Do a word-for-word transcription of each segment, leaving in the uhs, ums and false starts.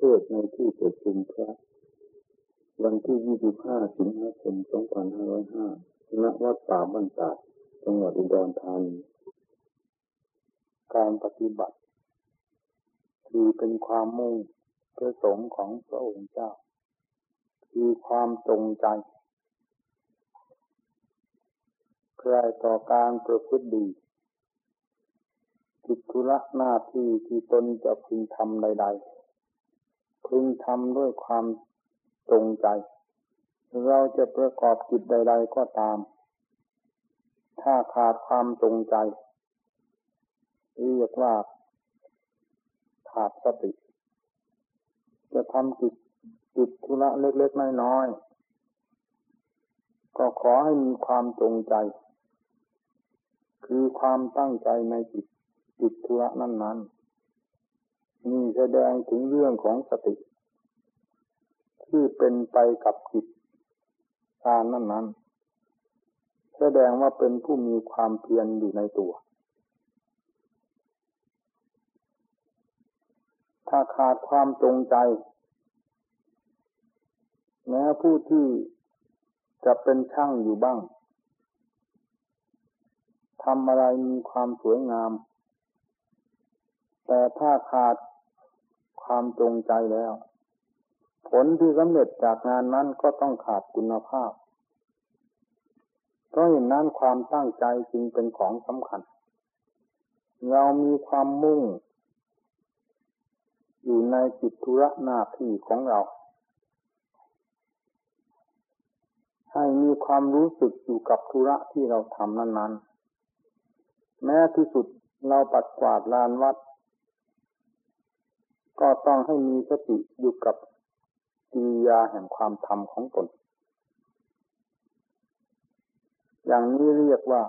ทศในที่ประชุมพระวันที่ยี่สิบห้าสิงหาคมสองพันห้าร้อยห้าณวัดป่าบ้านตาดจังหวัดอุดรธานีการปฏิบัติคือเป็นความมุ่งประสงค์ของพระองค์เจ้าคือความจงใจใคร่ต่อการประพฤติดีกิจธุระหน้าที่ที่ตนจะพึงทำใดๆพึงทำด้วยความจงใจเราจะประกอบกิจใดๆก็ตามถ้าขาดความจงใจเรียกว่าขาดสติจะทำกิจกิจธุระเล็กๆน้อยๆก็ขอให้มีความจงใจคือความตั้งใจในกิจกิจธุระนั้นๆนี่แสดงถึงเรื่องของสติที่เป็นไปกับกิจการนั้นๆแสดงว่าเป็นผู้มีความเพียรอยู่ในตัวถ้าขาดความจงใจแม้ผู้ที่จะเป็นช่างอยู่บ้างทำอะไรมีความสวยงามแต่ถ้าขาดความจงใจแล้วผลที่สำเร็จจากงานนั้นก็ต้องขาดคุณภาพเพราะฉะนั้นความตั้งใจจึงเป็นของสำคัญเรามีความมุ่งอยู่ในกิจธุระหน้าที่ของเราให้มีความรู้สึกอยู่กับธุระที่เราทำนั้นๆแม้ที่สุดเราปัดกวาดลานวัดก็ต้องให้มีสติอยู่กับกิริยาแห่งความทำของตนอย่างนี้เรียกว่า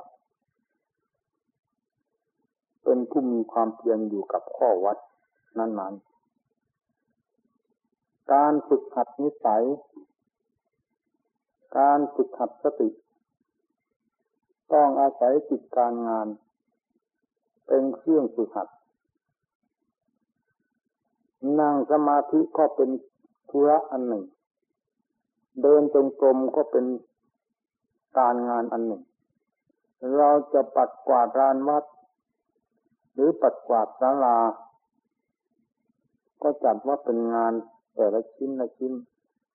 เป็นผู้มีความเพียรอยู่กับข้อวัดนั้นๆการฝึกหัดนิสัยการฝึกหัดสติต้องอาศัยกิจการงานเป็นเครื่องฝึกหัดนั่งสมาธิก็เป็นธุระอันหนึ่งเดินจงกรมก็เป็นการงานอันหนึ่งเราจะปัดกวาดลานวัดหรือปัดกวาดศาลาก็จัดว่าเป็นงานแต่ละชิ้นละชิ้น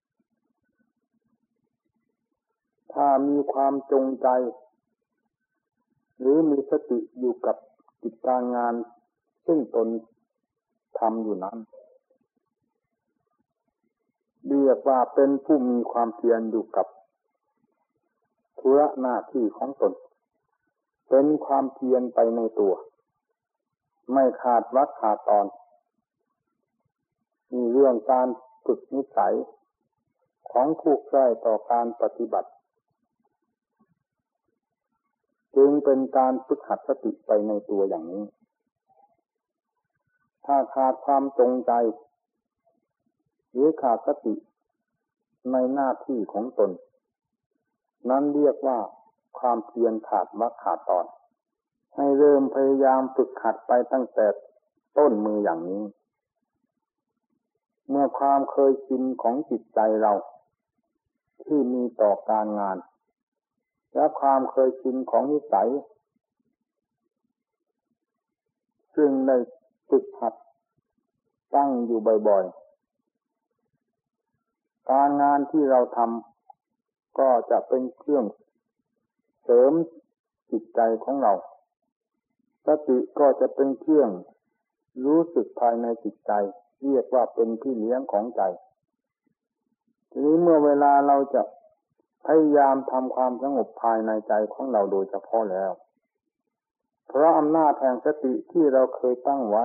ถ้ามีความจงใจหรือมีสติอยู่กับกิจการงานซึ่งตนทำอยู่นั้นเรียกว่าเป็นผู้มีความเพียรอยู่กับธุระหน้าที่ของตนเป็นความเพียรไปในตัวไม่ขาดวรรคขาดตอนมีเรื่องการฝึกนิสัยของผู้ใกล้ต่อการปฏิบัติจึงเป็นการฝึกหัดสติไปในตัวอย่างนี้ถ้าขาดความจงใจหรือขาดสติในหน้าที่ของตนนั้นเรียกว่าความเพียรขาดวรรคขาดตอนให้เริ่มพยายามฝึกหัดไปตั้งแต่ต้นมืออย่างนี้เมื่อความเคยชินของจิตใจเราที่มีต่อการงานและความเคยชินของนิสัยซึ่งได้ฝึกหัดตั้งอยู่บ่อยๆการงานที่เราทำก็จะเป็นเครื่องเสริมจิตใจของเราสติก็จะเป็นเครื่องรู้สึกภายในจิตใจเรียกว่าเป็นพี่เลี้ยงของใจทีนี้เมื่อเวลาเราจะพยายามทำความสงบภายในใจของเราโดยเฉพาะแล้วเพราะอำนาจแห่งสติที่เราเคยตั้งไว้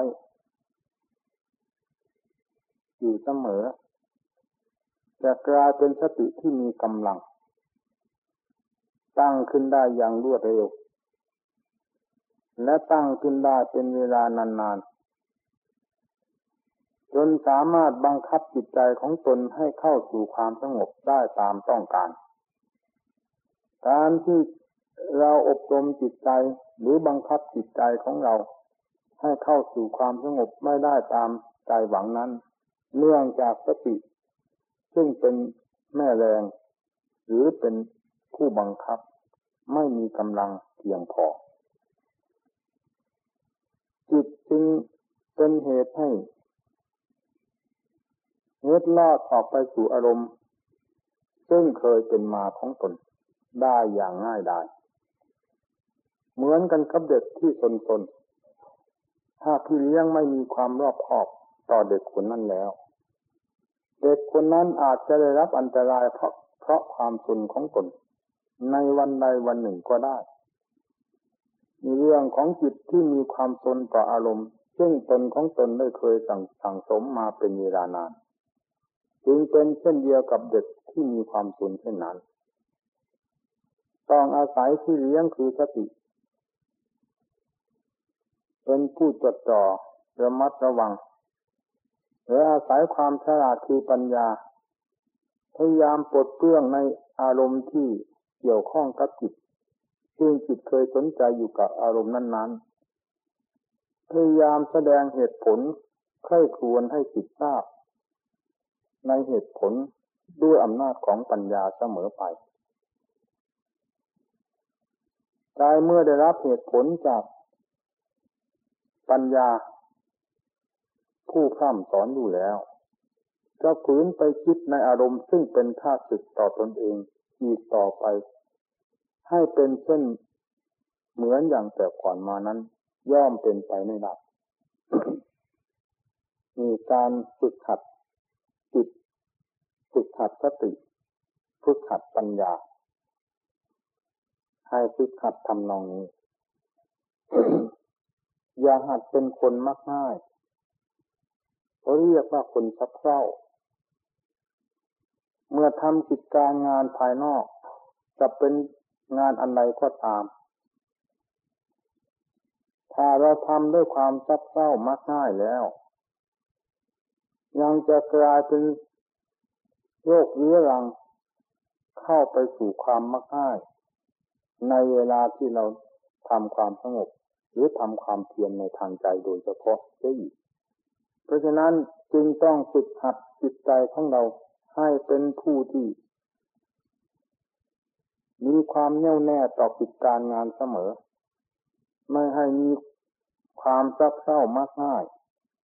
อยู่เสมอจะกลายเป็นสติที่มีกำลังตั้งขึ้นได้อย่างรวดเร็วและตั้งขึ้นได้เป็นเวลานานๆจนสามารถบังคับจิตใจของตนให้เข้าสู่ความสงบได้ตามต้องการการที่เราอบรมจิตใจหรือบังคับจิตใจของเราให้เข้าสู่ความสงบไม่ได้ตามใจหวังนั้นเนื่องจากสติซึ่งเป็นแม่แรงหรือเป็นผู้บังคับไม่มีกำลังเพียงพอจิตจึงเป็นเหตุให้เล็ดลอดออกไปสู่อารมณ์ซึ่งเคยเป็นมาของตนได้อย่างง่ายดายเหมือนกันกับเด็กที่ซนๆถ้าพี่เลี้ยงไม่มีความรอบคอบต่อเด็กคนนั้นแล้วเด็กคนนั้นอาจจะได้รับอันตรายเพราะเพราะความซนของตนในวันใดวันหนึ่งก็ได้มีเรื่องของจิตที่มีความซนต่ออารมณ์ซึ่งตนของตนได้เคยสั่งสั่งสมมาเป็นเวลานานจึงเป็นเช่นเดียวกับเด็กที่มีความซนเช่นนั้นต้องอาศัยที่เลี้ยงคือสติเป็นผู้จดจ่อระมัดระวังและอาศัยความฉลาดคือปัญญาพยายามปลดเปลื้องในอารมณ์ที่เกี่ยวข้องกับจิตซึ่งจิตเคยสนใจอยู่กับอารมณ์นั้นๆพยายามแสดงเหตุผลใคร่ครวญให้จิตทราบในเหตุผลด้วยอำนาจของปัญญาเสมอไปใจเมื่อได้รับเหตุผลจากปัญญาผู้พร่ำสอนอยู่แล้วจะฝืนไปคิดในอารมณ์ซึ่งเป็นข้าศึกต่อตนเองอีกต่อไปให้เป็นเช่นเหมือนอย่างแต่ก่อนมานั้นย่อมเป็นไปไม่ได้ มีการฝึกหัดจิตฝึกหัดสติฝึกหัดปัญญาให้ฝึกหัดทำนองนี้ อย่าหัดเป็นคนมักง่ายเขาเรียกว่าคนสับเซ้าเมื่อทำกิจการงานภายนอกจะเป็นงานอันใดก็ตามถ้าเราทำด้วยความซับเซ้ามักง่ายแล้วยังจะกลายเป็นโรคเรื้อรังเข้าไปสู่ความมักง่ายในเวลาที่เราทำความสงบหรือทำความเพียรในทางใจโดยเฉพาะเสียอีกเพราะฉะนั้นจึงต้องฝึกหัดจิตใจของเราให้เป็นผู้ที่มีความแน่วแน่ต่อกิจการงานเสมอไม่ให้มีความซับเซ้ามักง่าย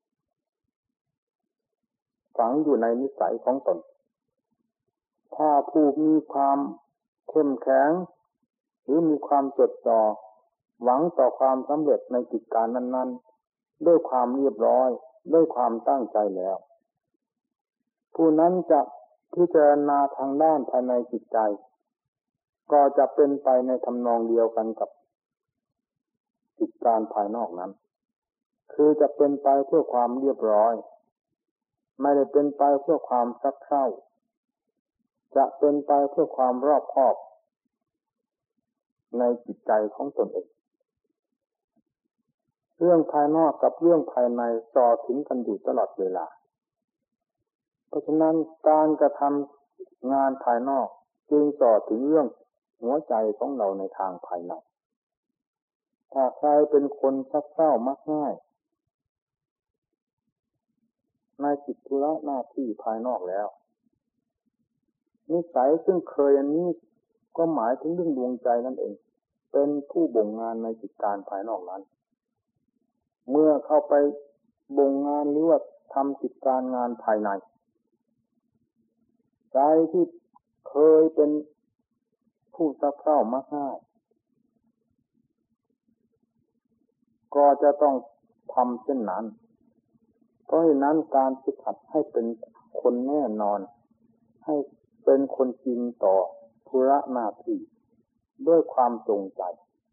ฝังอยู่ในนิสัยของตนถ้าผู้มีความเข้มแข็งหรือมีความจดจ่อหวังต่อความสำเร็จในกิจการนั้นๆด้วยความเรียบร้อยด้วยความตั้งใจแล้วผู้นั้นจะพิจารณาทางด้านภายในจิตใจก็จะเป็นไปในทำนองเดียวกันกับกิจการภายนอกนั้นคือจะเป็นไปเพื่อความเรียบร้อยไม่ได้เป็นไปเพื่อความซักเซ้าจะเป็นไปเพื่อความรอบคอบในจิตใจของตนเองเรื่องภายนอกกับเรื่องภายในต่อถึงกันอยู่ตลอดเวลาเพราะฉะนั้นการกระทำงานภายนอกจึงต่อถึงเรื่องหัวใจของเราในทางภายในถ้าใครเป็นคนซักเซ้ามักง่ายในกิจธุระหน้าที่ภายนอกแล้วนิสัยซึ่งเคยอันนี้ก็หมายถึงเรื่องดวงใจนั่นเองเป็นผู้บ่งงานในกิจการภายนอกนั้นเมื่อเข้าไปบ่งงานหรือว่าทำกิจการงานภายในใจที่เคยเป็นผู้ซักเซ้ามักง่ายก็จะต้องทำเช่นนั้นเพราะฉะนั้นการฝึกหัดให้เป็นคนแน่นอนให้เป็นคนจริงต่อธุระหน้าที่ด้วยความจงใจ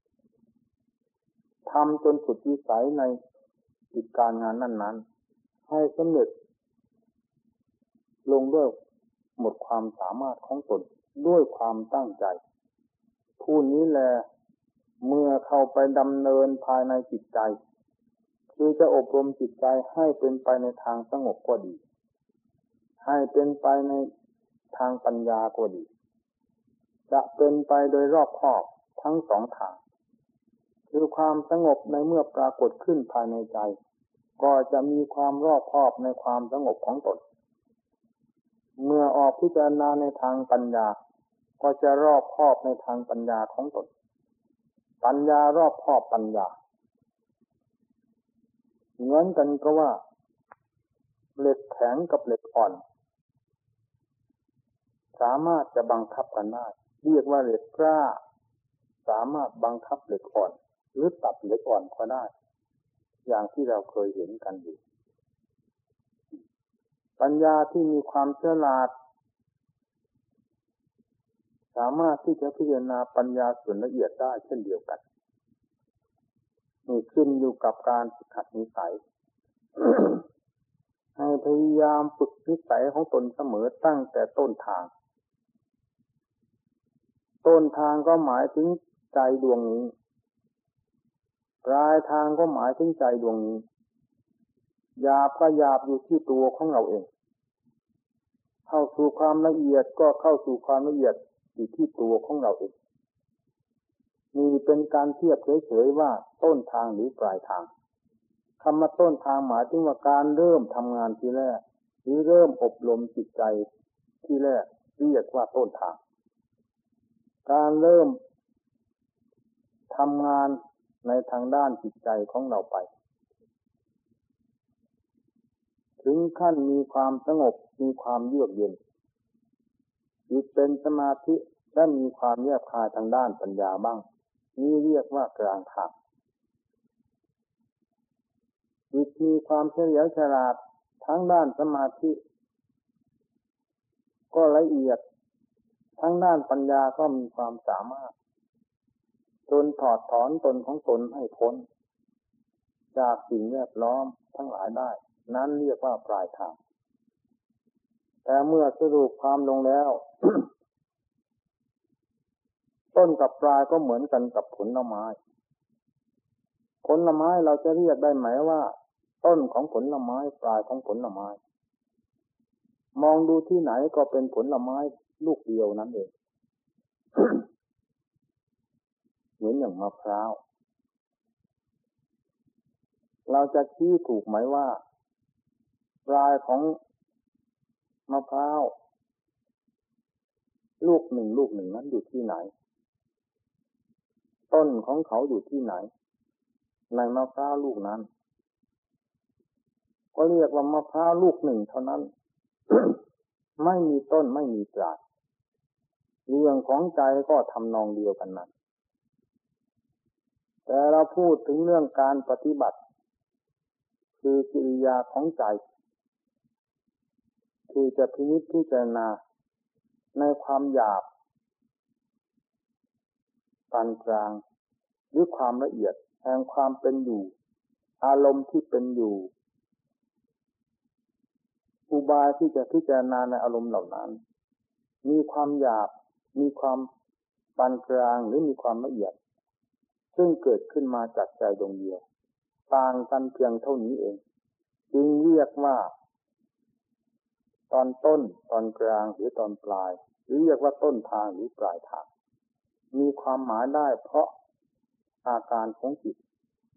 ทำจนสุดวิสัยในกิจการงานนั้นๆให้สำเร็จลงด้วยหมดความสามารถของตนด้วยความตั้งใจผู้นี้แลเมื่อเข้าไปดำเนินภายในจิตใจคือจะอบรมจิตใจให้เป็นไปในทางสงบก็ดีให้เป็นไปในทางปัญญาก็ดีจะเป็นไปโดยรอบคอบทั้งสองทางคือความสงบในเมื่อปรากฏขึ้นภายในใจก็จะมีความรอบคอบในความสงบของตนเมื่อออกพิจารณาในทางปัญญาก็จะรอบคอบในทางปัญญาของตนปัญญารอบคอบปัญญาเหมือนกันก็ว่าเหล็กแข็งกับเหล็กอ่อนสามารถจะบังคับกันได้เรียกว่าเหล็กกล้าสามารถบังคับเหล็กอ่อนหรือตัดเหล็กอ่อนก็ได้อย่างที่เราเคยเห็นกันอยู่ปัญญาที่มีความฉลาดสามารถที่จะพิจารณาปัญญาส่วนละเอียดได้เช่นเดียวกันนี่ขึ้นอยู่กับการฝึกหัดนิสัย ให้พยายามฝึกนิสัยของตนเสมอตั้งแต่ต้นทางต้นทางก็หมายถึงใจดวงนี้ปลายทางก็หมายถึงใจดวงนี้หยาบก็หยาบอยู่ที่ตัวของเราเองเข้าสู่ความละเอียดก็เข้าสู่ความละเอียดอยู่ที่ตัวของเราเองนี่เป็นการเทียบเฉยๆว่าต้นทางหรือปลายทางคำว่าต้นทางหมายถึงว่าการเริ่มทำงานที่แรกหรือเริ่มอบรมจิตใจที่แรกเรียกว่าต้นทางการเริ่มทำงานในทางด้านจิตใจของเราไปถึงขั้นมีความสงบมีความเยือกเย็นจิตเป็นสมาธิและมีความแยบคายทางด้านปัญญาบ้างนี่เรียกว่ากลางทางจิตมีความเฉลียวฉลาดทั้งด้านสมาธิก็ละเอียดทั้งด้านปัญญาก็มีความสามารถจนถอดถอนตนของตนให้พ้นจากสิ่งแวดล้อมทั้งหลายได้นั้นเรียกว่าปลายทางแต่เมื่อสรุปความลงแล้ว ต้นกับปลายก็เหมือนกันกับผลไม้ผลไม้เราจะเรียกได้ไหมว่าต้นของผลไม้ปลายของผลไม้มองดูที่ไหนก็เป็นผลไม้ลูกเดียวนั่นเอง เหมือนอย่างมะพร้าวเราจะชี้ถูกไหมว่าปลายของมะพร้าวลูกหนึ่งลูกหนึ่งนั้นอยู่ที่ไหนต้นของเขาอยู่ที่ไหนในมะพร้าวลูกนั้นก็เรียกว่ามะพร้าวลูกหนึ่งเท่านั้น ไม่มีต้นไม่มีปลายเรื่องของใจก็ทำนองเดียวกันนั้นแต่เราพูดถึงเรื่องการปฏิบัติคือกิริยาของใจที่จะพินิจพิจารณาในความหยาบปานกลางหรือความละเอียดแห่งความเป็นอยู่อารมณ์ที่เป็นอยู่อุบายที่จะพิจารณาในอารมณ์เหล่านั้นมีความหยาบมีความปานกลางหรือมีความละเอียดซึ่งเกิดขึ้นมาจากใจดวงเดียวต่างกันเพียงเท่านี้เองจึงเรียกว่าตอนต้นตอนกลางหรือตอนปลายหรือเรียกว่าต้นทางหรือปลายทางมีความหมายได้เพราะอาการของจิต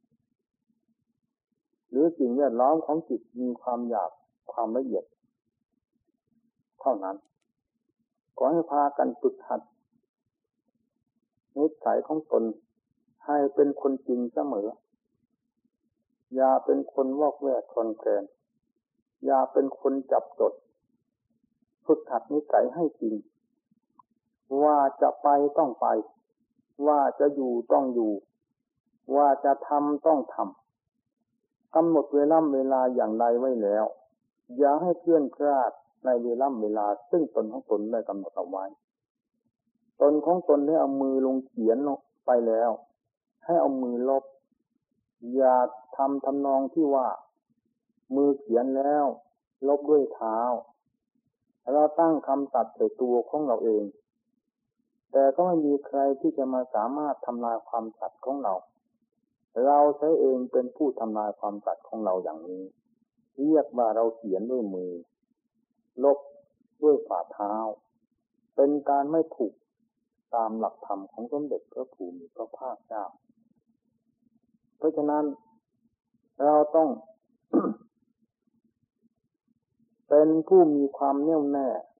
หรือสิ่งแวดล้อมของจิตมีความหยาบความละเอียดเท่านั้นขอให้พากันฝึกหัดนิสัยของตนให้เป็นคนจริงเสมออย่าเป็นคนวอกแวกคลอนแคลนอย่าเป็นคนจับจดฝึกหัดนิสัยให้จริงว่าจะไปต้องไปว่าจะอยู่ต้องอยู่ว่าจะทำต้องทำกำหนดเวลาเวลาอย่างใดไว้แล้วอย่าให้เคลื่อนคลาดในเวลาเวลาซึ่งตนของตนได้กำหนดเอาไว้ตนของตนได้เอามือลงเขียนลงไปแล้วให้เอามือลบอย่าทำทำนองที่ว่ามือเขียนแล้วลบด้วยเท้าเราตั้งคำตัดใส่ตัวของเราเองแต่ก็ไม่มีใครที่จะมาสามารถทำลายความสัตย์ของเราเราใช้เองเป็นผู้ทำลายความสัตย์ของเราอย่างนี้เรียกว่าเราเขียนด้วยมือลบด้วยฝ่าเท้าเป็นการไม่ถูกตามหลักธรรมของสมเด็จพระภูมิพระภาคเจ้าเพราะฉะนั้นเราต้อง เป็นผู้มีความแน่วแน่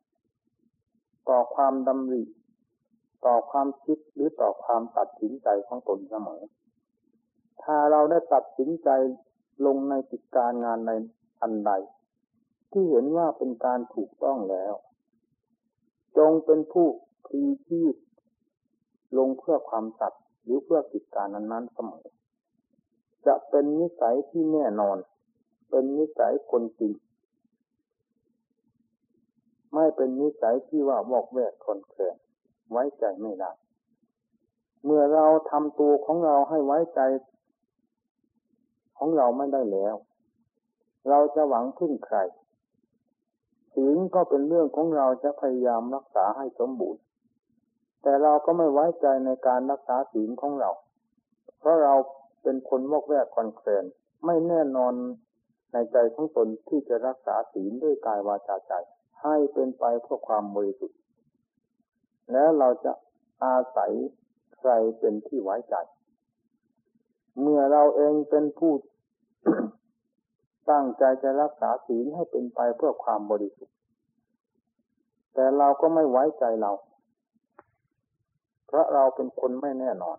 ต่อความดำริต่อความคิดหรือต่อความตัดสินใจของตนเสมอถ้าเราได้ตัดสินใจลงในกิจการงานในอันใดที่เห็นว่าเป็นการถูกต้องแล้วจงเป็นผู้พลีชีพลงเพื่อความสัตย์หรือเพื่อกิจการนั้นๆเสมอจะเป็นนิสัยที่แน่นอนเป็นนิสัยคนจริงไม่เป็นนิสัยที่ว่าวอกแวกคลอนแคลนไว้ใจไม่ได้เมื่อเราทำตัวของเราให้ไว้ใจของเราไม่ได้แล้วเราจะหวังพึ่งใครศีลก็เป็นเรื่องของเราจะพยายามรักษาให้สมบูรณ์แต่เราก็ไม่ไว้ใจในการรักษาศีลของเราเพราะเราเป็นคนวอกแวกคลอนแคลนไม่แน่นอนในใจของตนที่จะรักษาศีลด้วยกายวาจาใจให้เป็นไปเพื่อความบริสุทธิ์แล้วเราจะอาศัยใครเป็นที่ไว้ใจเมื่อเราเองเป็นผู้ ตั้งใจจะรักษาศีลให้เป็นไปเพื่อความบริสุทธิ์แต่เราก็ไม่ไว้ใจเราเพราะเราเป็นคนไม่แน่นอน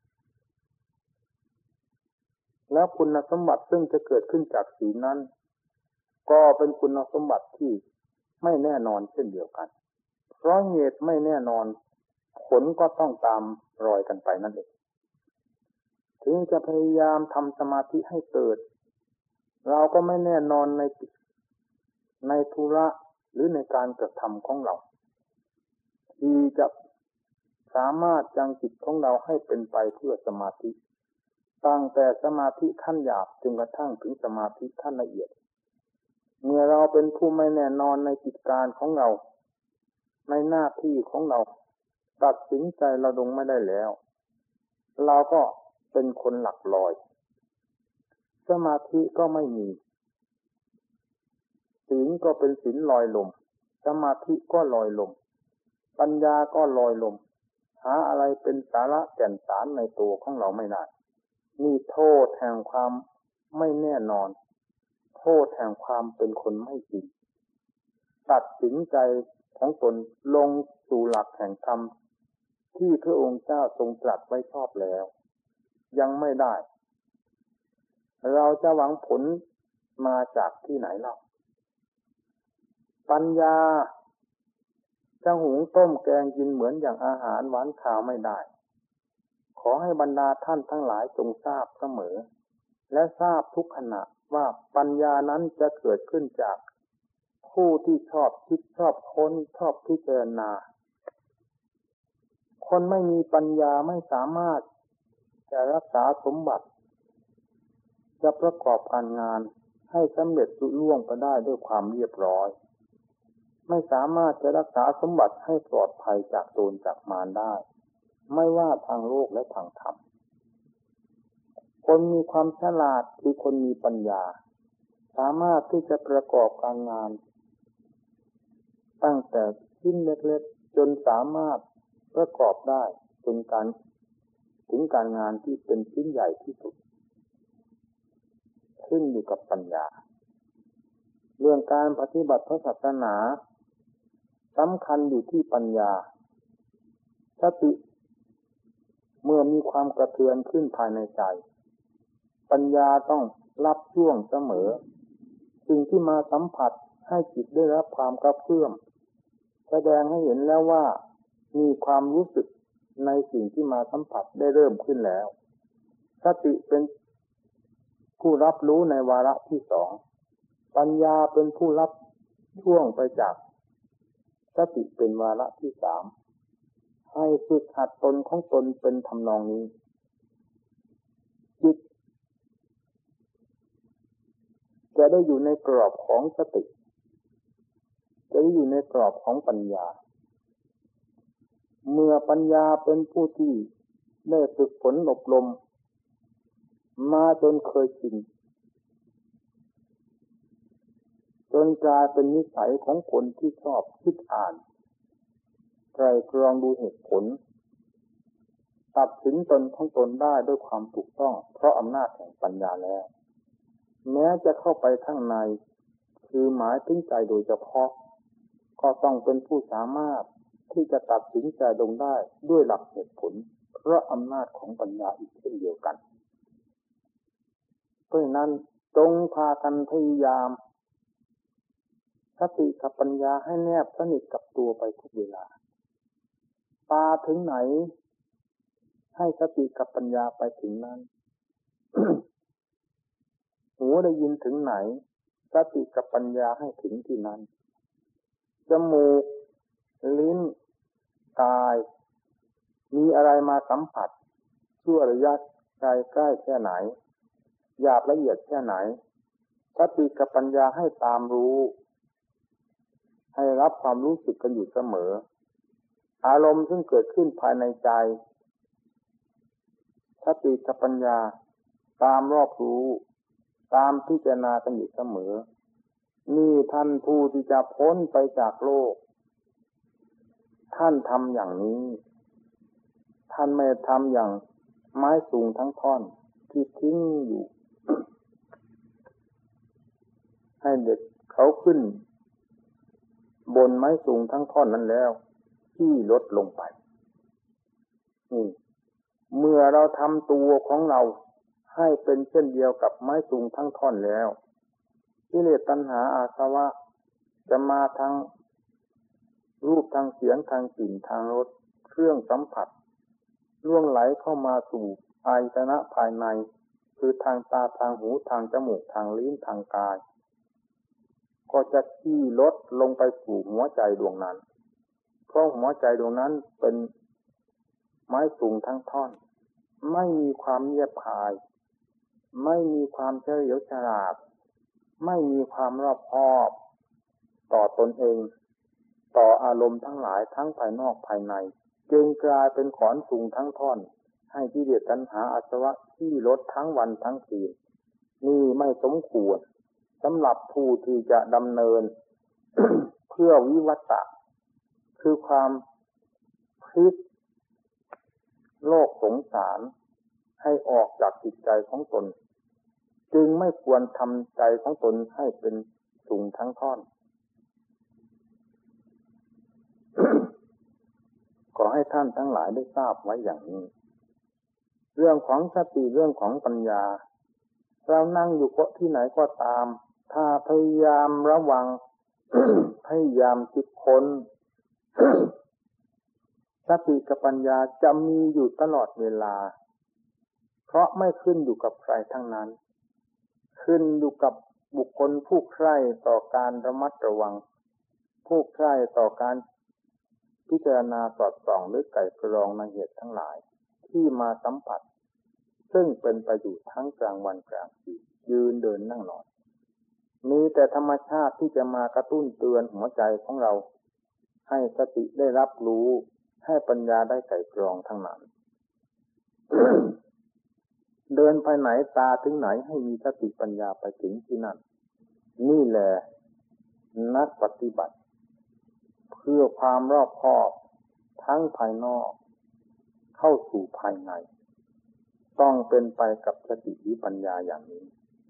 แล้วคุณสมบัติซึ่งจะเกิดขึ้นจากศีลนั้นก็เป็นคุณสมบัติที่ไม่แน่นอนเช่นเดียวกันเพราะเหตุไม่แน่นอนผลก็ต้องตามรอยกันไปนั่นเองถึงจะพยายามทำสมาธิให้เกิดเราก็ไม่แน่นอนในในธุระหรือในการกระทำของเราที่จะสามารถยังจิตของเราให้เป็นไปเพื่อสมาธิตั้งแต่สมาธิขั้นหยาบจนกระทั่งถึงสมาธิขั้นละเอียดเมื่อเราเป็นผู้ไม่แน่นอนในกิจการของเราในหน้าที่ของเราตัดสินใจเราลงไม่ได้แล้วเราก็เป็นคนหลักลอยสมาธิก็ไม่มีศีลก็เป็นศีลลอยลมสมาธิก็ลอยลมปัญญาก็ลอยลมหาอะไรเป็นสาระแก่นสารในตัวของเราไม่ได้นี่โทษแห่งความไม่แน่นอนโทษแห่งความเป็นคนไม่จริงตัดสินใจของตนลงสู่หลักแห่งธรรมที่พระองค์เจ้าทรงตรัสไว้ชอบแล้วยังไม่ได้เราจะหวังผลมาจากที่ไหนเล่าปัญญาจะหุงต้มแกงกินเหมือนอย่างอาหารหวานข้าวไม่ได้ขอให้บรรดาท่านทั้งหลายจงทราบเสมอและทราบทุกขณะว่าปัญญานั้นจะเกิดขึ้นจากผู้ที่ชอบคิดชอบค้นชอบพิจารณาคนไม่มีปัญญาไม่สามารถจะรักษาสมบัติจะประกอบการงานให้สำเร็จลุล่วงไปได้ด้วยความเรียบร้อยไม่สามารถจะรักษาสมบัติให้ปลอดภัยจากโจรจากมารได้ไม่ว่าทางโลกและทางธรรมคนมีความฉลาดคือคนมีปัญญาสามารถที่จะประกอบการงานตั้งแต่ชิ้นเล็กๆจนสามารถประกอบได้จนการถึงการงานที่เป็นชิ้นใหญ่ที่สุดขึ้นอยู่กับปัญญาเรื่องการปฏิบัติพระศาสนาสำคัญอยู่ที่ปัญญาสติเมื่อมีความกระเทือนขึ้นภายในใจปัญญาต้องรับช่วงเสมอสิ่งที่มาสัมผัสให้จิตได้รับความกระเพื่อมแสดงให้เห็นแล้วว่ามีความรู้สึกในสิ่งที่มาสัมผัสได้เริ่มขึ้นแล้วสติเป็นผู้รับรู้ในวาระที่สองปัญญาเป็นผู้รับช่วงไปจากสติเป็นวาระที่สามให้ฝึกหัดตนของตนเป็นทำนองนี้จิตจะได้อยู่ในกรอบของสติจะได้อยู่ในกรอบของปัญญาเมื่อปัญญาเป็นผู้ที่ได้ฝึกฝนอบรมมาจนเคยชินจนกลายเป็นนิสัยของคนที่ชอบคิดอ่านไตร่ตรองดูเหตุผลตัดสินตนของตนได้ด้วยความถูกต้องเพราะอำนาจแห่งปัญญาแล้วแม้จะเข้าไปข้างในคือหมายถึงใจโดยเฉพาะก็ต้องเป็นผู้สามารถที่จะตัดสินใจลงได้ด้วยหลักเหตุผลเพราะอำนาจของปัญญาอีกเช่นเดียวกันเพราะฉะนั้นจงพากันพยายามสติกับปัญญาให้แนบสนิทกับตัวไปทุกเวลาตาถึงไหนให้สติกับปัญญาไปถึงนั้น หูได้ยินถึงไหนสติกับปัญญาให้ถึงที่นั้นจมูกลิ้นกายมีอะไรมาสัมผัสชั่วระยะไกลใกล้แค่ไหนหยาบละเอียดแค่ไหนสติกับปัญญาให้ตามรู้ให้รับความรู้สึกกันอยู่เสมออารมณ์ซึ่งเกิดขึ้นภายในใจสติกับปัญญาตามรอบรู้ตามพิจารณากันอยู่เสมอนี่ท่านผู้ที่จะพ้นไปจากโลกท่านทำอย่างนี้ท่านไม่ทำอย่างไม้สูงทั้งท่อนที่ทิ้งอยู่ ให้เด็กเขาขึ้นบนไม้สูงทั้งท่อนนั้นแล้วที่ลดลงไปนี่เมื่อเราทำตัวของเราให้เป็นเช่นเดียวกับไม้สูงทั้งท่อนแล้วกิเลสตัณหาอาสวะจะมาทางรูปทางเสียงทางกลิ่นทางรสเครื่องสัมผัสล่วงไหลเข้ามาสู่อายตนะภายในคือทางตาทางหูทางจมูกทางลิ้นทางกายก็จะขี้ลดลงไปสู่หัวใจดวงนั้นเพราะหัวใจดวงนั้นเป็นไม้สูงทั้งท่อนไม่มีความเยียบคายไม่มีความเฉลียวฉลาดไม่มีความรอบคอบต่อตนเองต่ออารมณ์ทั้งหลายทั้งภายนอกภายในจึงกลายเป็นขอนสูงทั้งท่อนให้กิเลสตัณหาอาสวะที่ลดทั้งวันทั้งคืนนี่ไม่สมควรสำหรับผู้ที่จะดำเนิน เพื่อวิวัตตะคือความพลิกโลกสงสารให้ออกจากจิตใจของตนจึงไม่ควรทำใจของตนให้เป็นสูงทั้งท่อน ขอให้ท่านทั้งหลายได้ทราบไว้อย่างนี้เรื่องของสติเรื่องของปัญญาเรานั่งอยู่ที่ไหนก็ตามถ้าพยายามระวัง พยายามคิดค้น สติกับปัญญาจะมีอยู่ตลอดเวลาเพราะไม่ขึ้นอยู่กับใครทั้งนั้นขึ้นอยู่กับบุคคลผู้ใคร่ต่อการระมัดระวังผู้ใคร่ต่อการพิจารณาสอดส่องหรือไกร่กรองในเหตุทั้งหลายที่มาสัมผัสซึ่งเป็นไปอยู่ทั้งกลางวันกลางคืนยืนเดินนั่งนอนมีแต่ธรรมชาติที่จะมากระตุ้นเตือนหัวใจของเราให้สติได้รับรู้ให้ปัญญาได้ไกร่กรองทั้งนั้น เดินไปไหนตาถึงไหนให้มีสติปัญญาไปถึงที่นั่นนี่แหละนักปฏิบัติเพื่อความรอบคอบทั้งภายนอกเข้าสู่ภายในต้องเป็นไปกับสติหรือปัญญาอย่างนี้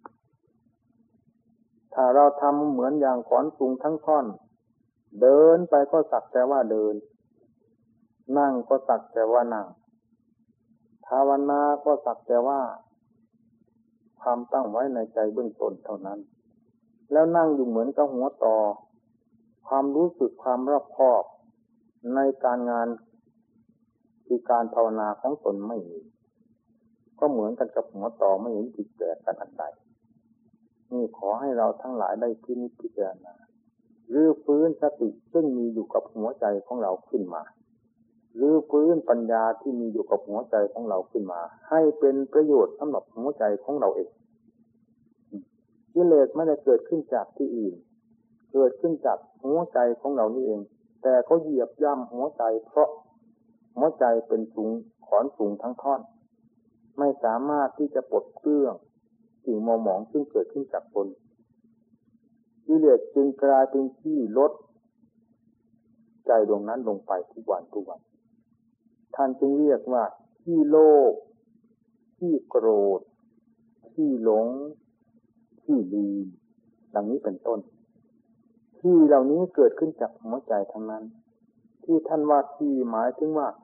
ถ้าเราทำเหมือนอย่างขอนสูงทั้งท่อนเดินไปก็สักแต่ว่าเดินนั่งก็สักแต่ว่านั่งภาวนาก็สักแต่ว่าความตั้งไว้ในใจเบื้องต้นเท่านั้นแล้วนั่งอยู่เหมือนกับหัวต่อความรู้สึกความรอบคอบในการงานคือการภาวนาของตนไม่มีก็เหมือนกันกับหัวต่อไม่เห็นผิดแปลกกันอันใดนี่ขอให้เราทั้งหลายได้พินิจพิจารณารื้อฟื้นสติซึ่งมีอยู่กับหัวใจของเราขึ้นมารื้อฟื้นปัญญาที่มีอยู่กับหัวใจของเราขึ้นมาให้เป็นประโยชน์สำหรับหัวใจของเราเองกิเลสไม่ได้เกิดขึ้นจากที่อื่นเกิดขึ้นจากหัวใจของเรานี่เองแต่เขาเหยียบย่ำหัวใจเพราะหัวใจเป็นสูงขอนสูงทั้งท่อนไม่สามารถที่จะปลดเปลื้องสิ่งมัวหมองซึ่งเกิดขึ้นจากตนกิเลสจึงกลายเป็นที่ลดใจดวงนั้นลงไปทุกวันทุกวันท่านจึงเรียกว่าที่โลภที่โกรธที่หลงที่ลืมดังนี้เป็นต้นที่เหล่านี้เกิดขึ้นจากหัวใจทั้งนั้นที่ท่านว่าที่หมายถึงว่า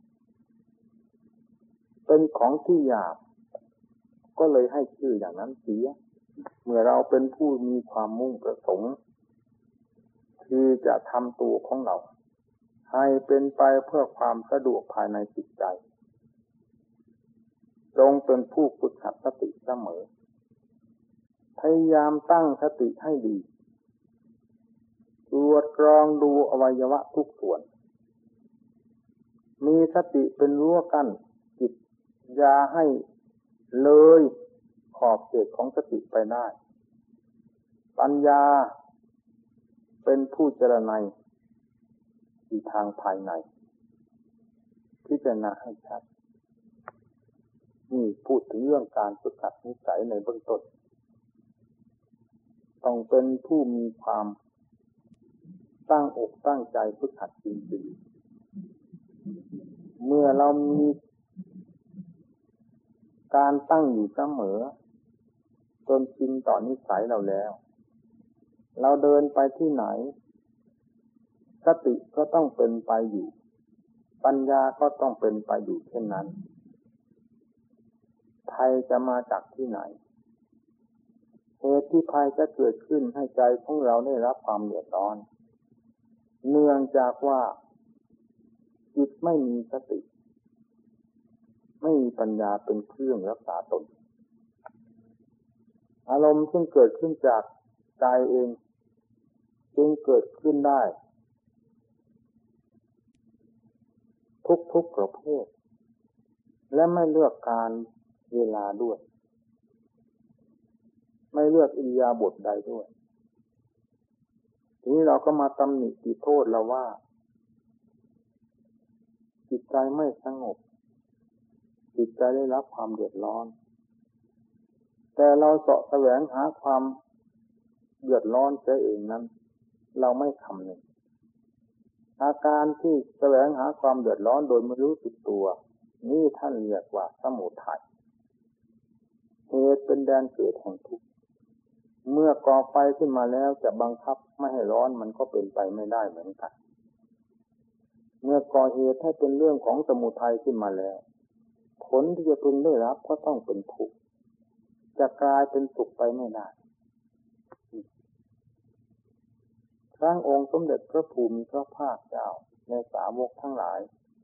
เป็นของที่หยาบก็เลยให้ชื่ออย่างนั้นเสียเมื่อเราเป็นผู้มีความมุ่งประสงค์ที่จะทำตัวของเราให้เป็นไปเพื่อความสะดวกภายในจิตใจจงเป็นผู้ฝึกหัดสติเสมอพยายามตั้งสติให้ดีตรวจกรองดูอวัยวะทุกส่วนมีสติเป็นรั้วกั้นจิตอย่าให้เลยขอบเขตของสติไปได้ปัญญาเป็นผู้เจรไนที่ทางภายในพิจารณาให้ชัดนี่พูดถึงเรื่องการฝึกหัดนิสัยในเบื้องต้นต้องเป็นผู้มีความตั้งอกตั้งใจฝึกหัดจริงๆเมื่อเรามีการตั้งอยู่เสมอจนชินต่อนิสัยเราแล้วเราเดินไปที่ไหนสติก็ต้องเป็นไปอยู่ปัญญาก็ต้องเป็นไปอยู่เช่นนั้นภัยจะมาจากที่ไหนเหตุที่ภัยจะเกิดขึ้นให้ใจของเราได้รับความเดือดร้อนเนื่องจากว่าจิตไม่มีสติไม่มีปัญญาเป็นเครื่องรักษาตนอารมณ์ซึ่งเกิดขึ้นจากใจเองจึงเกิดขึ้นได้ทุกๆประเภทและไม่เลือกการเวลาด้วยไม่เลือกอิริยาบถใดด้วยทีนี้เราก็มาตำหนิติโทษเราว่าจิตใจไม่สงบจิตใจได้รับความเดือดร้อนแต่เราเสาะแสวงหาความเดือดร้อนเสียเองนั้นเราไม่คำนึงอาการที่แสวงหาความเดือดร้อนโดยไม่รู้สึกตัวนี่ท่านเรียกว่าสมุทัยเหตุเป็นแดนเกิดแห่งทุกข์เมื่อก่อไฟขึ้นมาแล้วจะบังคับไม่ให้ร้อนมันก็เป็นไปไม่ได้เหมือนกันเมื่อก่อเหตุให้เป็นเรื่องของสมุทัยขึ้นมาแล้วผลที่จะพึงได้รับก็ต้องเป็นทุกข์จะกลายเป็นสุขไปไม่ได้ครั้งองค์สมเด็จพระภูมิพระภาคเจ้าในสาวกทั้งหลาย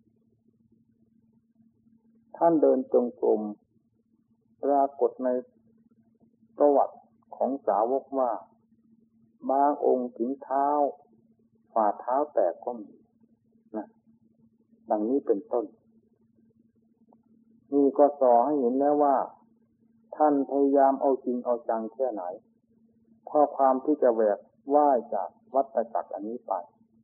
ท่านเดินจงกรมปรากฏในประวัติของสาวกว่าบางองค์ถึงเท้าฝ่าเท้าแตกก็มีนะดังนี้เป็นต้นนี่ก็สอให้เห็นแล้วว่าท่านพยายามเอาจริงเอาจังแค่ไหนเพราะความที่จะแหวกว่ายจากวัฏจักรอันนี้ไป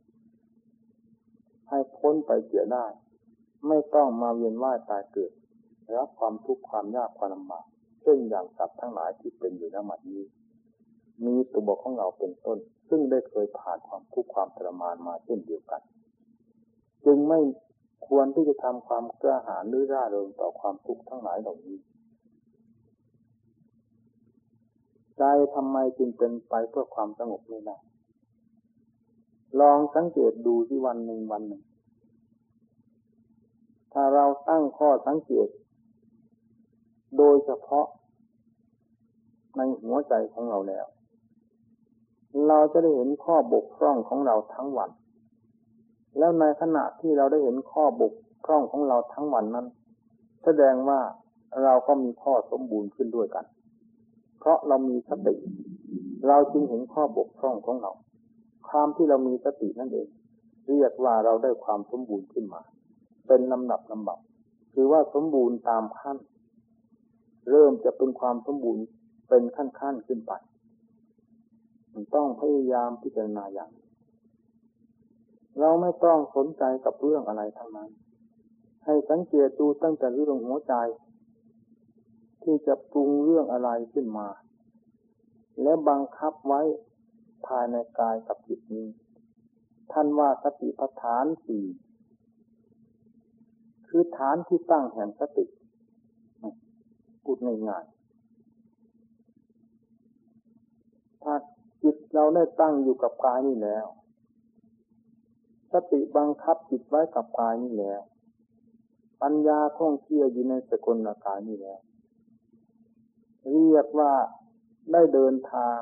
ให้พ้นไปเสียได้ไม่ต้องมาเวียนว่ายตายเกิดรับความทุกข์ความยากความลำบากเช่นอย่างสัตว์ทั้งหลายที่เป็นอยู่ณบัดนี้มีตัวของเราเป็นต้นซึ่งได้เคยผ่านความทุกข์ความทรมานมาเช่นเดียวกันจึงไม่ควรที่จะทำความกล้าหาญหรือร่าเริงต่อความทุกข์ทั้งหลายเหล่านี้ใจทำไมจึงเป็นไปเพื่อความสงบไม่ได้ลองสังเกตดูที่วันหนึ่งวันหนึ่งถ้าเราตั้งข้อสังเกตโดยเฉพาะในหัวใจของเราแล้วเราจะได้เห็นข้อบกพร่องของเราทั้งวันแล้วในขณะที่เราได้เห็นข้อบกพร่องของเราทั้งวันนั้นแสดงว่าเราก็มีข้อสมบูรณ์ขึ้นด้วยกันเพราะเรามีสติเราจึงเห็นข้อบกพร่องของเราความที่เรามีสตินั่นเองเรียกว่าเราได้ความสมบูรณ์ขึ้นมาเป็นลำดับลำดับคือว่าสมบูรณ์ตามขั้นเริ่มจะเป็นความสมบูรณ์เป็นขั้นๆขึ้นไปมันต้องพยายามพิจารณาอย่างเราไม่ต้องสนใจกับเรื่องอะไรทั้งนั้นให้สังเกตดูตั้งแต่เรื่องหัวใจที่จะปรุงเรื่องอะไรขึ้นมาและบังคับไว้ภายในกายกับจิตนี้ท่านว่าสติปัฏฐานสี่คือฐานที่ตั้งแห่งสติพูดง่ายๆถ้าจิตเราได้ตั้งอยู่กับกายนี่แล้วสสติบังคับจิตไว้กับกายนี่แหละปัญญาท่องเที่ยวอยู่ในสกลกายนี่แหละเรียกว่าได้เดินทาง